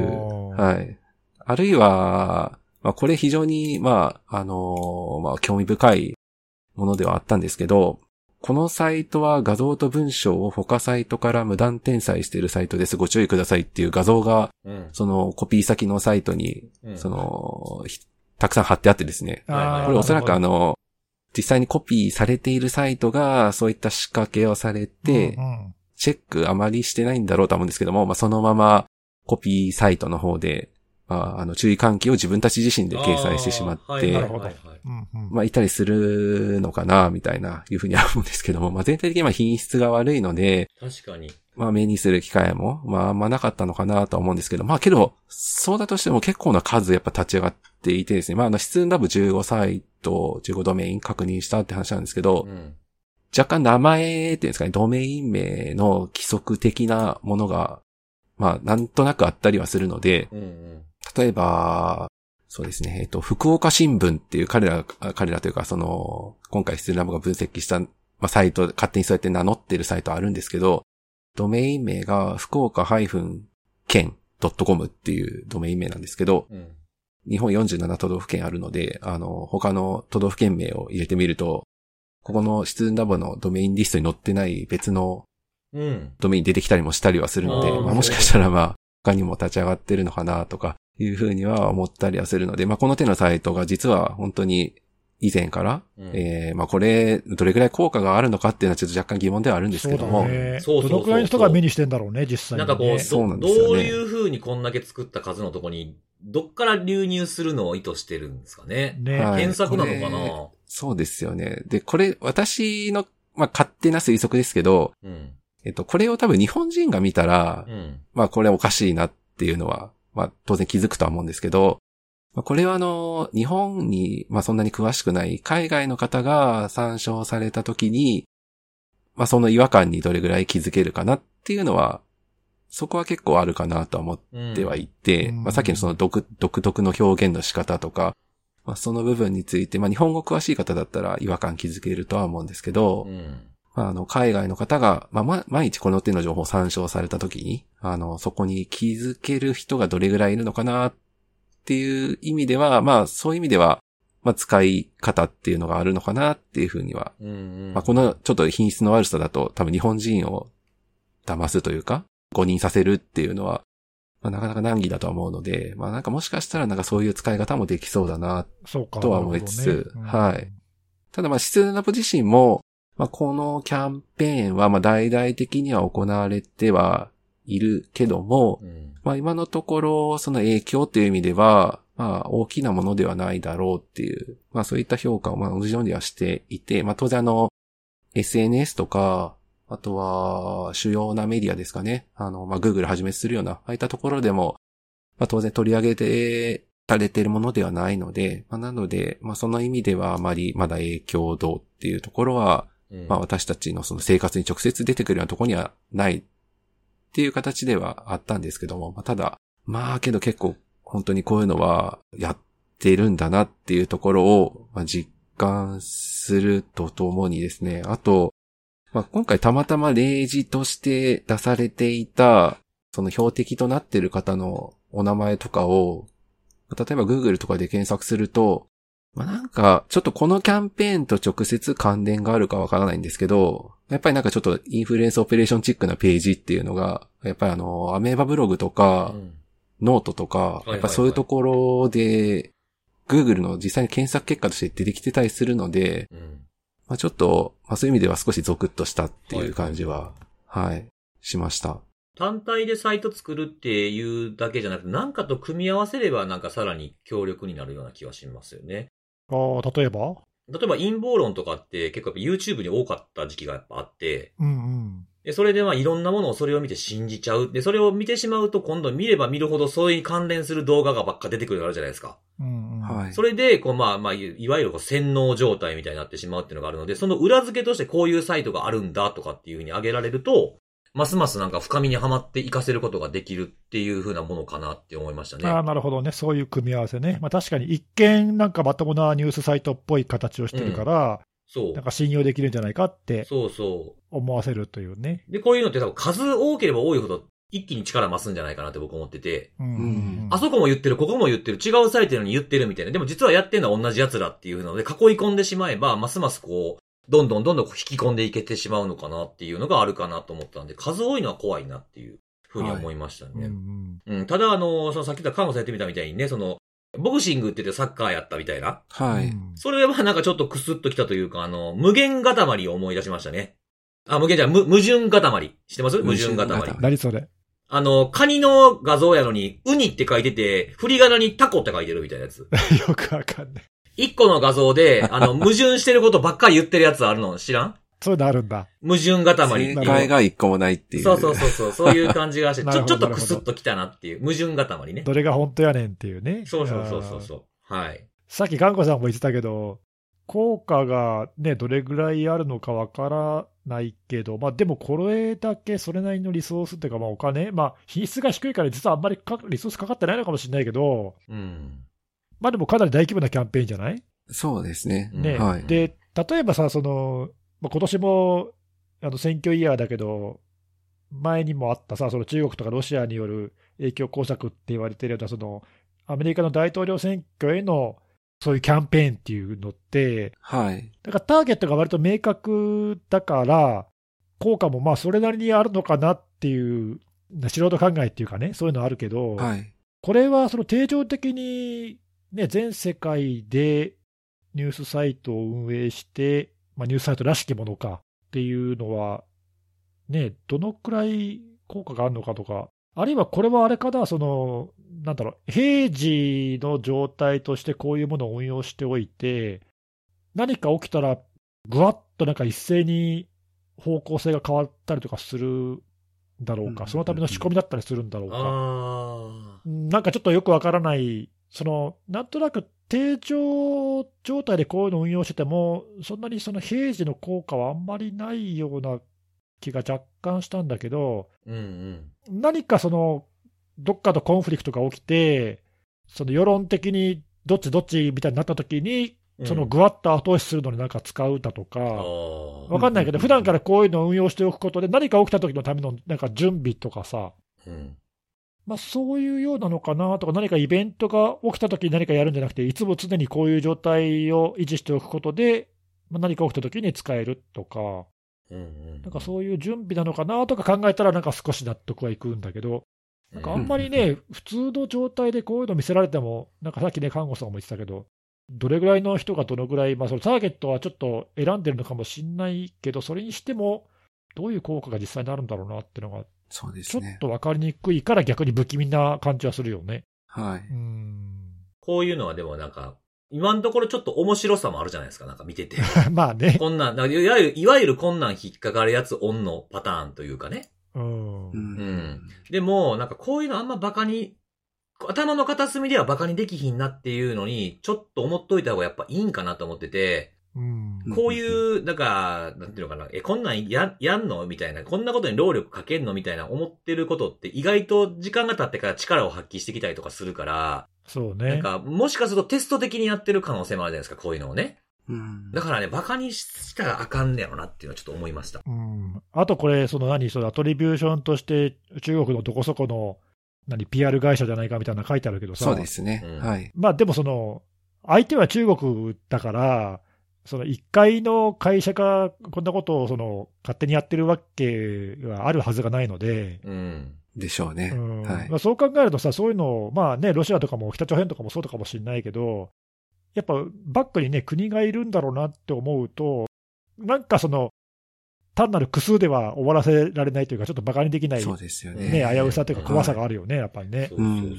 はい。あるいは、これ非常に、興味深いものではあったんですけど、このサイトは画像と文章を他サイトから無断転載しているサイトです。ご注意くださいっていう画像が、そのコピー先のサイトに、たくさん貼ってあってですね。これおそらく実際にコピーされているサイトがそういった仕掛けをされて、チェックあまりしてないんだろうと思うんですけども、そのままコピーサイトの方で、注意喚起を自分たち自身で掲載してしまって、いたりするのかな、みたいな、いうふうには思うんですけども、全体的に品質が悪いので、 確かに。 目にする機会も、あんまなかったのかなとは思うんですけど、けど、そうだとしても結構な数やっぱ立ち上がっていてですね、シツーンラブ15サイト、15ドメイン確認したって話なんですけど、若干名前っていうんですかね、ドメイン名の規則的なものが、なんとなくあったりはするので、例えば、そうですね、福岡新聞っていう彼らというか、今回シツーンラブが分析した、サイト、勝手にそうやって名乗ってるサイトあるんですけど、ドメイン名が福岡県.com っていうドメイン名なんですけど、日本47都道府県あるので、他の都道府県名を入れてみると、ここのシツーンラボのドメインリストに載ってない別のドメイン出てきたりもしたりはするので、もしかしたら他にも立ち上がってるのかなとかいうふうには思ったりはするので、この手のサイトが実は本当に以前から、これ、どれくらい効果があるのかっていうのはちょっと若干疑問ではあるんですけども。 どのくらいの人が目にしてんだろうね、実際に、ね。 なんかこう、どういう風にこんだけ作った数のとこに、どっから流入するのを意図してるんですかね。検索なのかな。 そうですよね。で、これ、私の、勝手な推測ですけど、これを多分日本人が見たら、これおかしいなっていうのは、当然気づくとは思うんですけど、これは日本に、そんなに詳しくない海外の方が参照されたときに、その違和感にどれぐらい気づけるかなっていうのは、そこは結構あるかなと思ってはいて、さっきのその独特の表現の仕方とか、その部分について、日本語詳しい方だったら違和感気づけるとは思うんですけど、 海外の方が、毎日この手の情報を参照されたときに、そこに気づける人がどれぐらいいるのかなっていう意味では、そういう意味では、使い方っていうのがあるのかなっていうふうには、このちょっと品質の悪さだと多分日本人を騙すというか、誤認させるっていうのは、なかなか難儀だとは思うので、なんかもしかしたらなんかそういう使い方もできそうだな、とは思いつつ、はい。ただシステムラボ自身も、このキャンペーンは大々的には行われてはいるけども、今のところその影響っていう意味では、大きなものではないだろうっていう、そういった評価を同じようにはしていて、当然SNS とか、あとは主要なメディアですかね。Google はじめするような、ああいったところでも、当然取り上げてされているものではないので、なので、その意味ではあまりまだ影響度っていうところは、私たちのその生活に直接出てくるようなところにはないっていう形ではあったんですけども、ただ、けど結構本当にこういうのはやってるんだなっていうところを実感するとともにですね、あと、今回たまたま例示として出されていた、その標的となっている方のお名前とかを、例えば Google とかで検索すると、なんか、ちょっとこのキャンペーンと直接関連があるかわからないんですけど、やっぱりなんかちょっとインフルエンスオペレーションチックなページっていうのが、やっぱりアメーバブログとか、ノートとか、やっぱそういうところで、Google の実際に検索結果として出てきてたりするので、ちょっと、そういう意味では少しゾクッとしたっていう感じは、しました。 単体でサイト作るっていうだけじゃなくて、なんかと組み合わせればなんかさらに強力になるような気はしますよね。 例えば陰謀論とかって結構やっぱ YouTube に多かった時期がやっぱあって、でそれでいろんなものをそれを見て信じちゃう。で、それを見てしまうと今度見れば見るほどそれに関連する動画がばっか出てくるのがあるじゃないですか。それで、いわゆる洗脳状態みたいになってしまうっていうのがあるので、その裏付けとしてこういうサイトがあるんだとかっていうふうに挙げられると、ますますなんか深みにはまって活かせることができるっていう風なものかなって思いましたね。 なるほどね。そういう組み合わせね。確かに一見なんかまともなニュースサイトっぽい形をしてるから、なんか信用できるんじゃないかって思わせるというね。 で、こういうのって多分数多ければ多いほど一気に力増すんじゃないかなって僕思ってて、あそこも言ってる、ここも言ってる、違うサイトなのに言ってるみたいな。でも実はやってるのは同じやつらっていうので囲い込んでしまえば、ますますこう、どんどん引き込んでいけてしまうのかなっていうのがあるかなと思ったんで、数多いのは怖いなっていうふうに思いましたね。ただそのさっき言った看護されてみたみたいにね、ボクシングって言ってサッカーやったみたいな。それはなんかちょっとクスッときたというか、無限塊を思い出しましたね。無限じゃ矛盾塊。知ってます？矛盾塊。 何それ？ カニの画像やのに、ウニって書いてて、振り仮名にタコって書いてるみたいなやつ。 よくわかんない。 一個の画像で、矛盾してることばっかり言ってるやつあるの知らん？ そういうのあるんだ。 矛盾塊。 正解が一個もないっていう。 そういう感じがして、ちょっとクスッときたなっていう。矛盾塊ね。 どれが本当やねんっていうね。 そう。はい。 さっきガンコさんも言ってたけど、効果がね、どれぐらいあるのかわからないけど、でもこれだけそれなりのリソースっていうか、お金、品質が低いから実はあんまりリソースかかってないのかもしれないけど、でもかなり大規模なキャンペーンじゃない？ そうですね。 はい。で、例えばさ、今年も選挙イヤーだけど、前にもあったさ、その中国とかロシアによる影響工作って言われてるような、アメリカの大統領選挙へのそういうキャンペーンっていうのって、だからターゲットが割と明確だから、効果もそれなりにあるのかなっていう、素人考えっていうかね、そういうのあるけど、これは定常的に、全世界でニュースサイトを運営して、ニュースサイトらしきものかっていうのは、どのくらい効果があるのかとか、あるいはこれはあれかな、平時の状態としてこういうものを運用しておいて、何か起きたら、ぐわっとなんか一斉に方向性が変わったりとかするんだろうか、そのための仕込みだったりするんだろうか、なんかちょっとよくわからない、なんとなく定常状態でこういうのを運用してても、そんなに平時の効果はあんまりないような気が若干したんだけど、何かどっかとコンフリクトが起きて、世論的にどっちみたいになったときに、 そのぐわっと後押しするのになんか使うだとか、わかんないけど、普段からこういうのを運用しておくことで、何か起きた時のためのなんか準備とかさ、まあ、そういうようなのかなとか、何かイベントが起きた時に何かやるんじゃなくて、いつも常にこういう状態を維持しておくことで、まあ、何か起きた時に使えるとか、なんかそういう準備なのかなとか考えたら、なんか少し納得はいくんだけど、なんかあんまりね、普通の状態でこういうの見せられても、なんかさっきね、看護さんも言ってたけど、どれぐらいの人がどのぐらい、まあ、そのターゲットはちょっと選んでるのかもしれないけど、それにしても、どういう効果が実際になるんだろうなっていうのが、 そうですちょっと分かりにくいから逆に不気味な感じはするよね。 はい。 こういうのはでもなんか、今のところちょっと面白さもあるじゃないですか、なんか見てて。 まあね。 こんなん、いわゆるこんなん引っかかるやつオンのパターンというかね。でも、なんかこういうのあんまバカに、頭の片隅ではバカにできひんなっていうのに、ちょっと思っといた方がやっぱいいんかなと思ってて、こういう、なんか、なんていうのかな、こんなんやんのみたいな、こんなことに労力かけんのみたいな思ってることって意外と時間が経ってから力を発揮してきたりとかするから、 そうね。 なんか、もしかするとテスト的にやってる可能性もあるじゃないですか、こういうのをね。だからね、バカにしたらあかんねやろなっていうのはちょっと思いました。 あとこれ、そのアトリビューションとして中国のどこそこのPR 会社じゃないかみたいなの書いてあるけどさ。 そうですね。はい。 まあでも相手は中国だから、その1階の会社がこんなことを勝手にやってるわけがあるはずがないので。 でしょうね。はい。 まあ、そう考えるとさ、そういうのを、まあね、ロシアとかも北朝鮮とかもそうとかもしれないけど、やっぱバックにね、国がいるんだろうなって思うと、なんか単なる苦数では終わらせられないというか、ちょっとバカにできない、 そうですよね。 危うさというか怖さがあるよね、やっぱりね。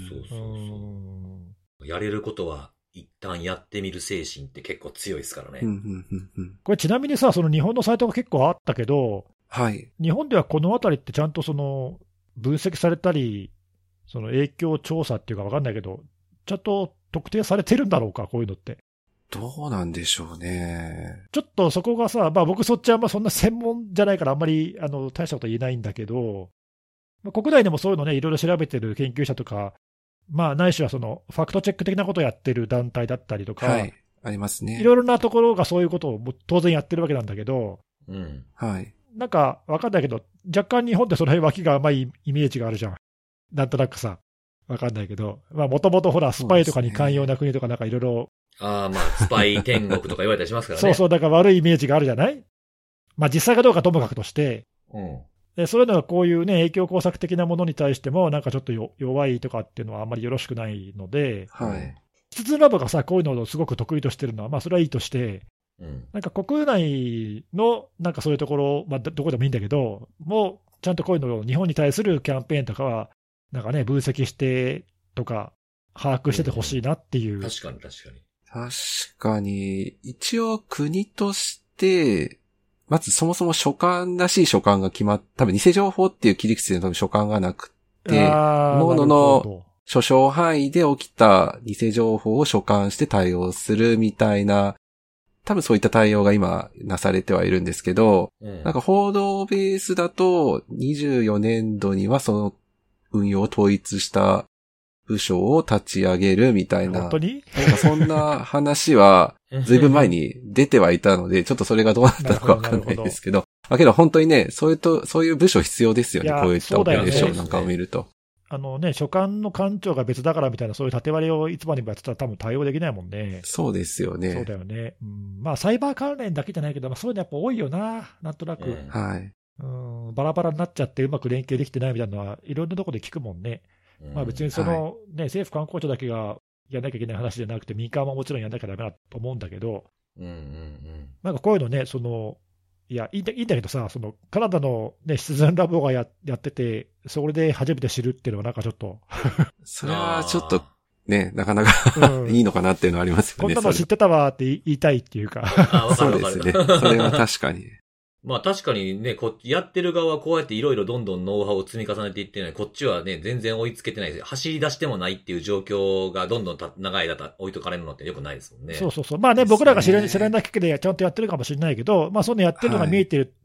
やれることは一旦やってみる精神って結構強いですからね。 これちなみにさ、日本のサイトが結構あったけど、 はい。 日本ではこのあたりってちゃんと分析されたり、影響調査っていうか分かんないけど、ちゃんと特定されてるんだろうか、こういうのって。 どうなんでしょうね。 ちょっとそこがさ、まあ僕そっちはそんな専門じゃないからあんまり大したこと言えないんだけど、まあ、国内でもそういうのね、いろいろ調べてる研究者とか、まあないしはファクトチェック的なことをやってる団体だったりとか、 はい、ありますね。 いろいろなところがそういうことを当然やってるわけなんだけど、 はい。 なんかわかんないけど、若干日本ってその辺脇が甘いイメージがあるじゃん。なんとなくさ、わかんないけど、まあもともとほら、スパイとかに寛容な国とかなんかいろいろ。 まあ、スパイ天国とか言われたりしますからね。 そうそう、だから悪いイメージがあるじゃない。まあ実際かどうかともかくとして、でそういうのがこういうね、影響工作的なものに対しても、なんかちょっと弱いとかっていうのはあんまりよろしくないので、 はい。 シチズンラボがさ、こういうのをすごく得意としてるのは、まあそれはいいとして、なんか国内のなんかそういうところ、まあどこでもいいんだけど、もうちゃんとこういうのを日本に対するキャンペーンとかは、なんかね、分析してとか、把握しててほしいなっていう。 確かに確かに。 確かに、一応国として、まずそもそも所管らしい所管が決まっ、多分偽情報っていう切り口で多分所管がなくて、各々の諸々範囲で起きた偽情報を所管して対応するみたいな、多分そういった対応が今なされてはいるんですけど、なんか報道ベースだと24年度にはその運用を統一した部署を立ち上げるみたいな。 本当に？ なんかそんな話はずいぶん前に出てはいたので、ちょっとそれがどうなったのかわかんないですけど。だけど本当にね、そういう部署必要ですよね。こういったオペレーションなんかを見ると。 所管の官庁が別だからみたいな、そういう縦割りをいつまでもやってたら多分対応できないもんね。 そうですよね。 そうだよね。まあ、サイバー関連だけじゃないけど、まあ、そういうのやっぱ多いよな。なんとなく。 はい。 バラバラになっちゃってうまく連携できてないみたいなのは、いろんなところで聞くもんね。まあ別に政府観光庁だけがやんなきゃいけない話じゃなくて、民間ももちろんやんなきゃダメだと思うんだけど、なんかこういうのね、いや、いいんだけどさ、カナダのね、シチズンラボがやってて、それで初めて知るっていうのはなんかちょっと。 それはちょっとね、なかなかいいのかなっていうのはありますよね。 こんなの知ってたわって言いたいっていうか。 そうですね。それは確かに。 まあ確かにね、やってる側はこうやっていろいろどんどんノウハウを積み重ねていってるのに、こっちはね、全然追いつけてないです。走り出してもないっていう状況がどんどん長い間置いとかれるのってよくないですもんね。 そう。まあね、僕らが知らないだけでちゃんとやってるかもしれないけど、まあそういうのやってるのが見えてる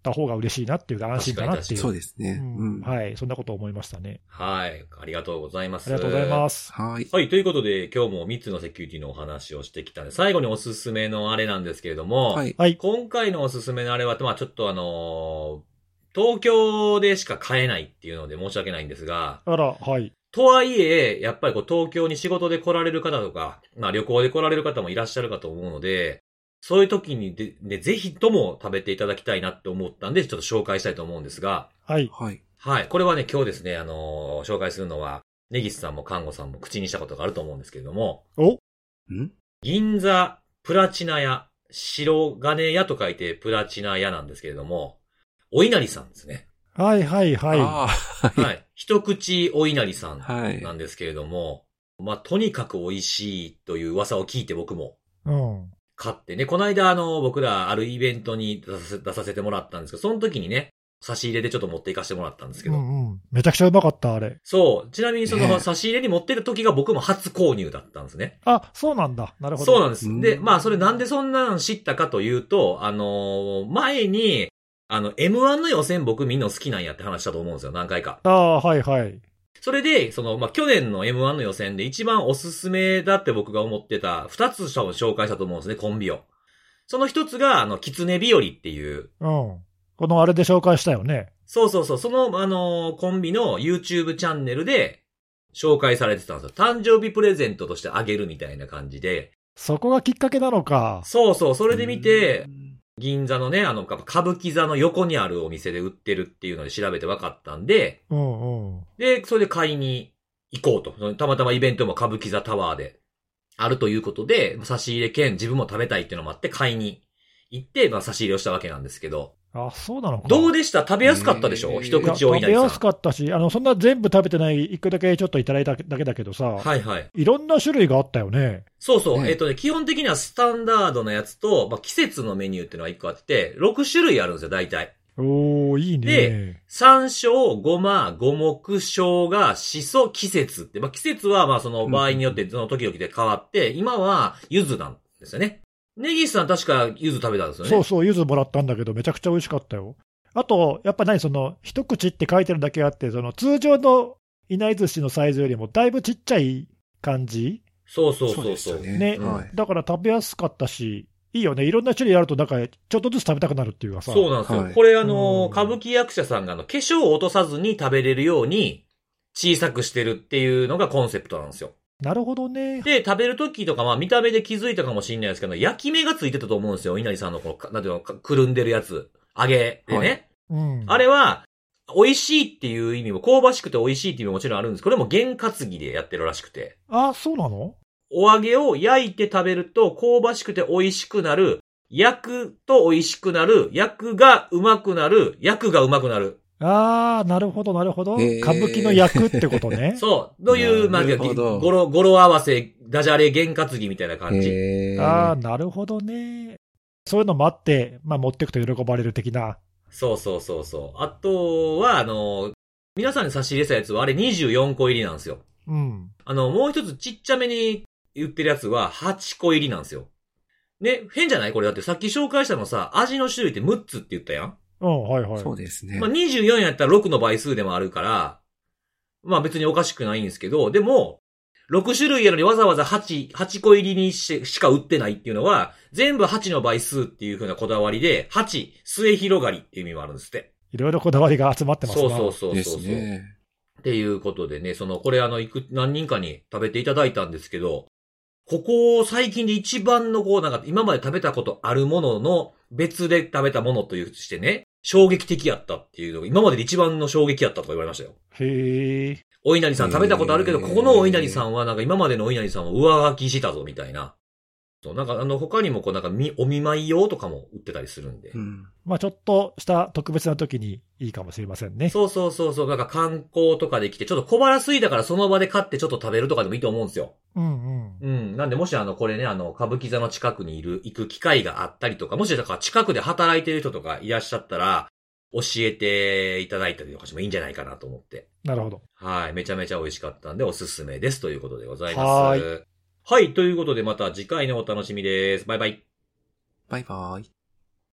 た方が嬉しいなっていうか安心かなっていう。 そうですね、 はい。そんなことを思いましたね。 はい。ありがとうございます。 ありがとうございます。 はい。 はい。ということで、今日も3つのセキュリティのお話をしてきたんで、最後におすすめのあれなんですけれども、 はい。 今回のおすすめのあれは、まあちょっと東京でしか買えないっていうので申し訳ないんですが、 あら、はい。 とはいえ、やっぱり東京に仕事で来られる方とか、まあ旅行で来られる方もいらっしゃるかと思うので、そういう時にぜひとも食べていただきたいなって思ったんで、ちょっと紹介したいと思うんですが。 はい。 はい。 はい。これはね、今日ですね、紹介するのは、根岸さんも看護さんも口にしたことがあると思うんですけれども。銀座プラチナ屋、白金屋と書いてプラチナ屋なんですけれども、お稲荷さんですね。 はいはいはい。 はい。一口お稲荷さんなんですけれども、まあ、とにかく美味しいという噂を聞いて僕も。買ってね、この間僕らあるイベントに出させてもらったんですけど、その時にね、差し入れでちょっと持っていかせてもらったんですけど。 めちゃくちゃうまかった、あれ。 そう。ちなみにその差し入れに持ってる時が僕も初購入だったんですね。 あ、そうなんだ。なるほど。 そうなんです。で、まあそれなんでそんなの知ったかというと、前に、M1 の予選僕みんな好きなんやって話したと思うんですよ、何回か。 はいはい。 それで、まあ、去年の M1 の予選で一番おすすめだって僕が思ってた2つ紹介したと思うんですね、コンビを。その一つが、狐日和っていう。 このあれで紹介したよね。 そう。その、コンビの YouTube チャンネルで紹介されてたんですよ。誕生日プレゼントとしてあげるみたいな感じで。 そこがきっかけなのか。 そう。それで見て、銀座のね、歌舞伎座の横にあるお店で売ってるっていうので調べて分かったんで、で、それで買いに行こうと。たまたまイベントも歌舞伎座タワーであるということで、差し入れ兼自分も食べたいっていうのもあって買いに行って、まあ差し入れをしたわけなんですけど。 あ、そうなのか。 どうでした？食べやすかったでしょ？一口お稲荷さん。 食べやすかったし、そんな全部食べてない、一個だけちょっといただいただけだけどさ。 はいはい。 いろんな種類があったよね。 そう。基本的にはスタンダードなやつと、まあ、季節のメニューっていうのが一個あって、6種類あるんですよ、大体。 おー、いいね。 で、山椒、ごま、五目、生姜、しそ、季節って。まあ、季節はまあその場合によってその時々で変わって、今は柚子なんですよね。根岸さん確か柚子食べたんですよね。 そう、柚子もらったんだけど、めちゃくちゃ美味しかったよ。あと、やっぱ一口って書いてるだけあって、通常のいなり寿司のサイズよりもだいぶちっちゃい感じ。 そう。 ね、だから食べやすかったし、いいよね。いろんな種類あると、ちょっとずつ食べたくなるっていうかさ。 そうなんですよ。これ歌舞伎役者さんが化粧を落とさずに食べれるように小さくしてるっていうのがコンセプトなんですよ。 なるほどね。 で、食べるときとか、まあ見た目で気づいたかもしれないですけど、焼き目がついてたと思うんですよ。稲荷さんのなんていうの、くるんでるやつ。揚げでね。あれは、美味しいっていう意味も、香ばしくて美味しいっていう意味ももちろんあるんです。これも験担ぎでやってるらしくて。 あ、そうなの？ お揚げを焼いて食べると香ばしくて美味しくなる。焼くと美味しくなる。焼くがうまくなる。焼くがうまくなる。 あー、なるほど。歌舞伎の焼くってことね。 そう。という、まあ、語呂合わせ、ダジャレ験担ぎみたいな感じ。 あー、なるほどね。そういうのもあって、まあ持ってくと喜ばれる的な。 そう。あとは、皆さんに差し入れたやつはあれ24個入りなんですよ。もう一つちっちゃめに売ってるやつは8個入りなんですよ。ね、変じゃない？これだってさっき紹介したのさ、味の種類って6つって言ったやん。 はい。 そうですね。 まあ、24やったら6の倍数でもあるから、まあ別におかしくないんですけど、でも、6種類やのにわざわざ8個入りにしか売ってないっていうのは、全部8の倍数っていう風なこだわりで、8、末広がりっていう意味もあるんですって。 いろいろこだわりが集まってますね。 そう。ですね。っていうことでね、これ何人かに食べていただいたんですけど、ここ最近で一番の今まで食べたことあるものの別で食べたものというしてね、衝撃的やったっていうのが、今までで一番の衝撃やったとか言われましたよ。 へー。 お稲荷さん食べたことあるけど、ここのお稲荷さんは今までのお稲荷さんを上書きしたぞみたいな。そう、他にもお見舞い用とかも売ってたりするんで。 まあちょっとした特別な時にいいかもしれませんね。 そう。観光とかで来て、ちょっと小腹空いたからその場で買ってちょっと食べるとかでもいいと思うんですよ。なんでもしこれね、歌舞伎座の近くに行く機会があったりとか、もしだから近くで働いてる人とかいらっしゃったら、教えていただいたりとかしてもいいんじゃないかなと思って。 なるほど。 はい。めちゃめちゃ美味しかったんでおすすめですということでございます。はい。ということでまた次回のお楽しみです。バイバイ。 バイバイ。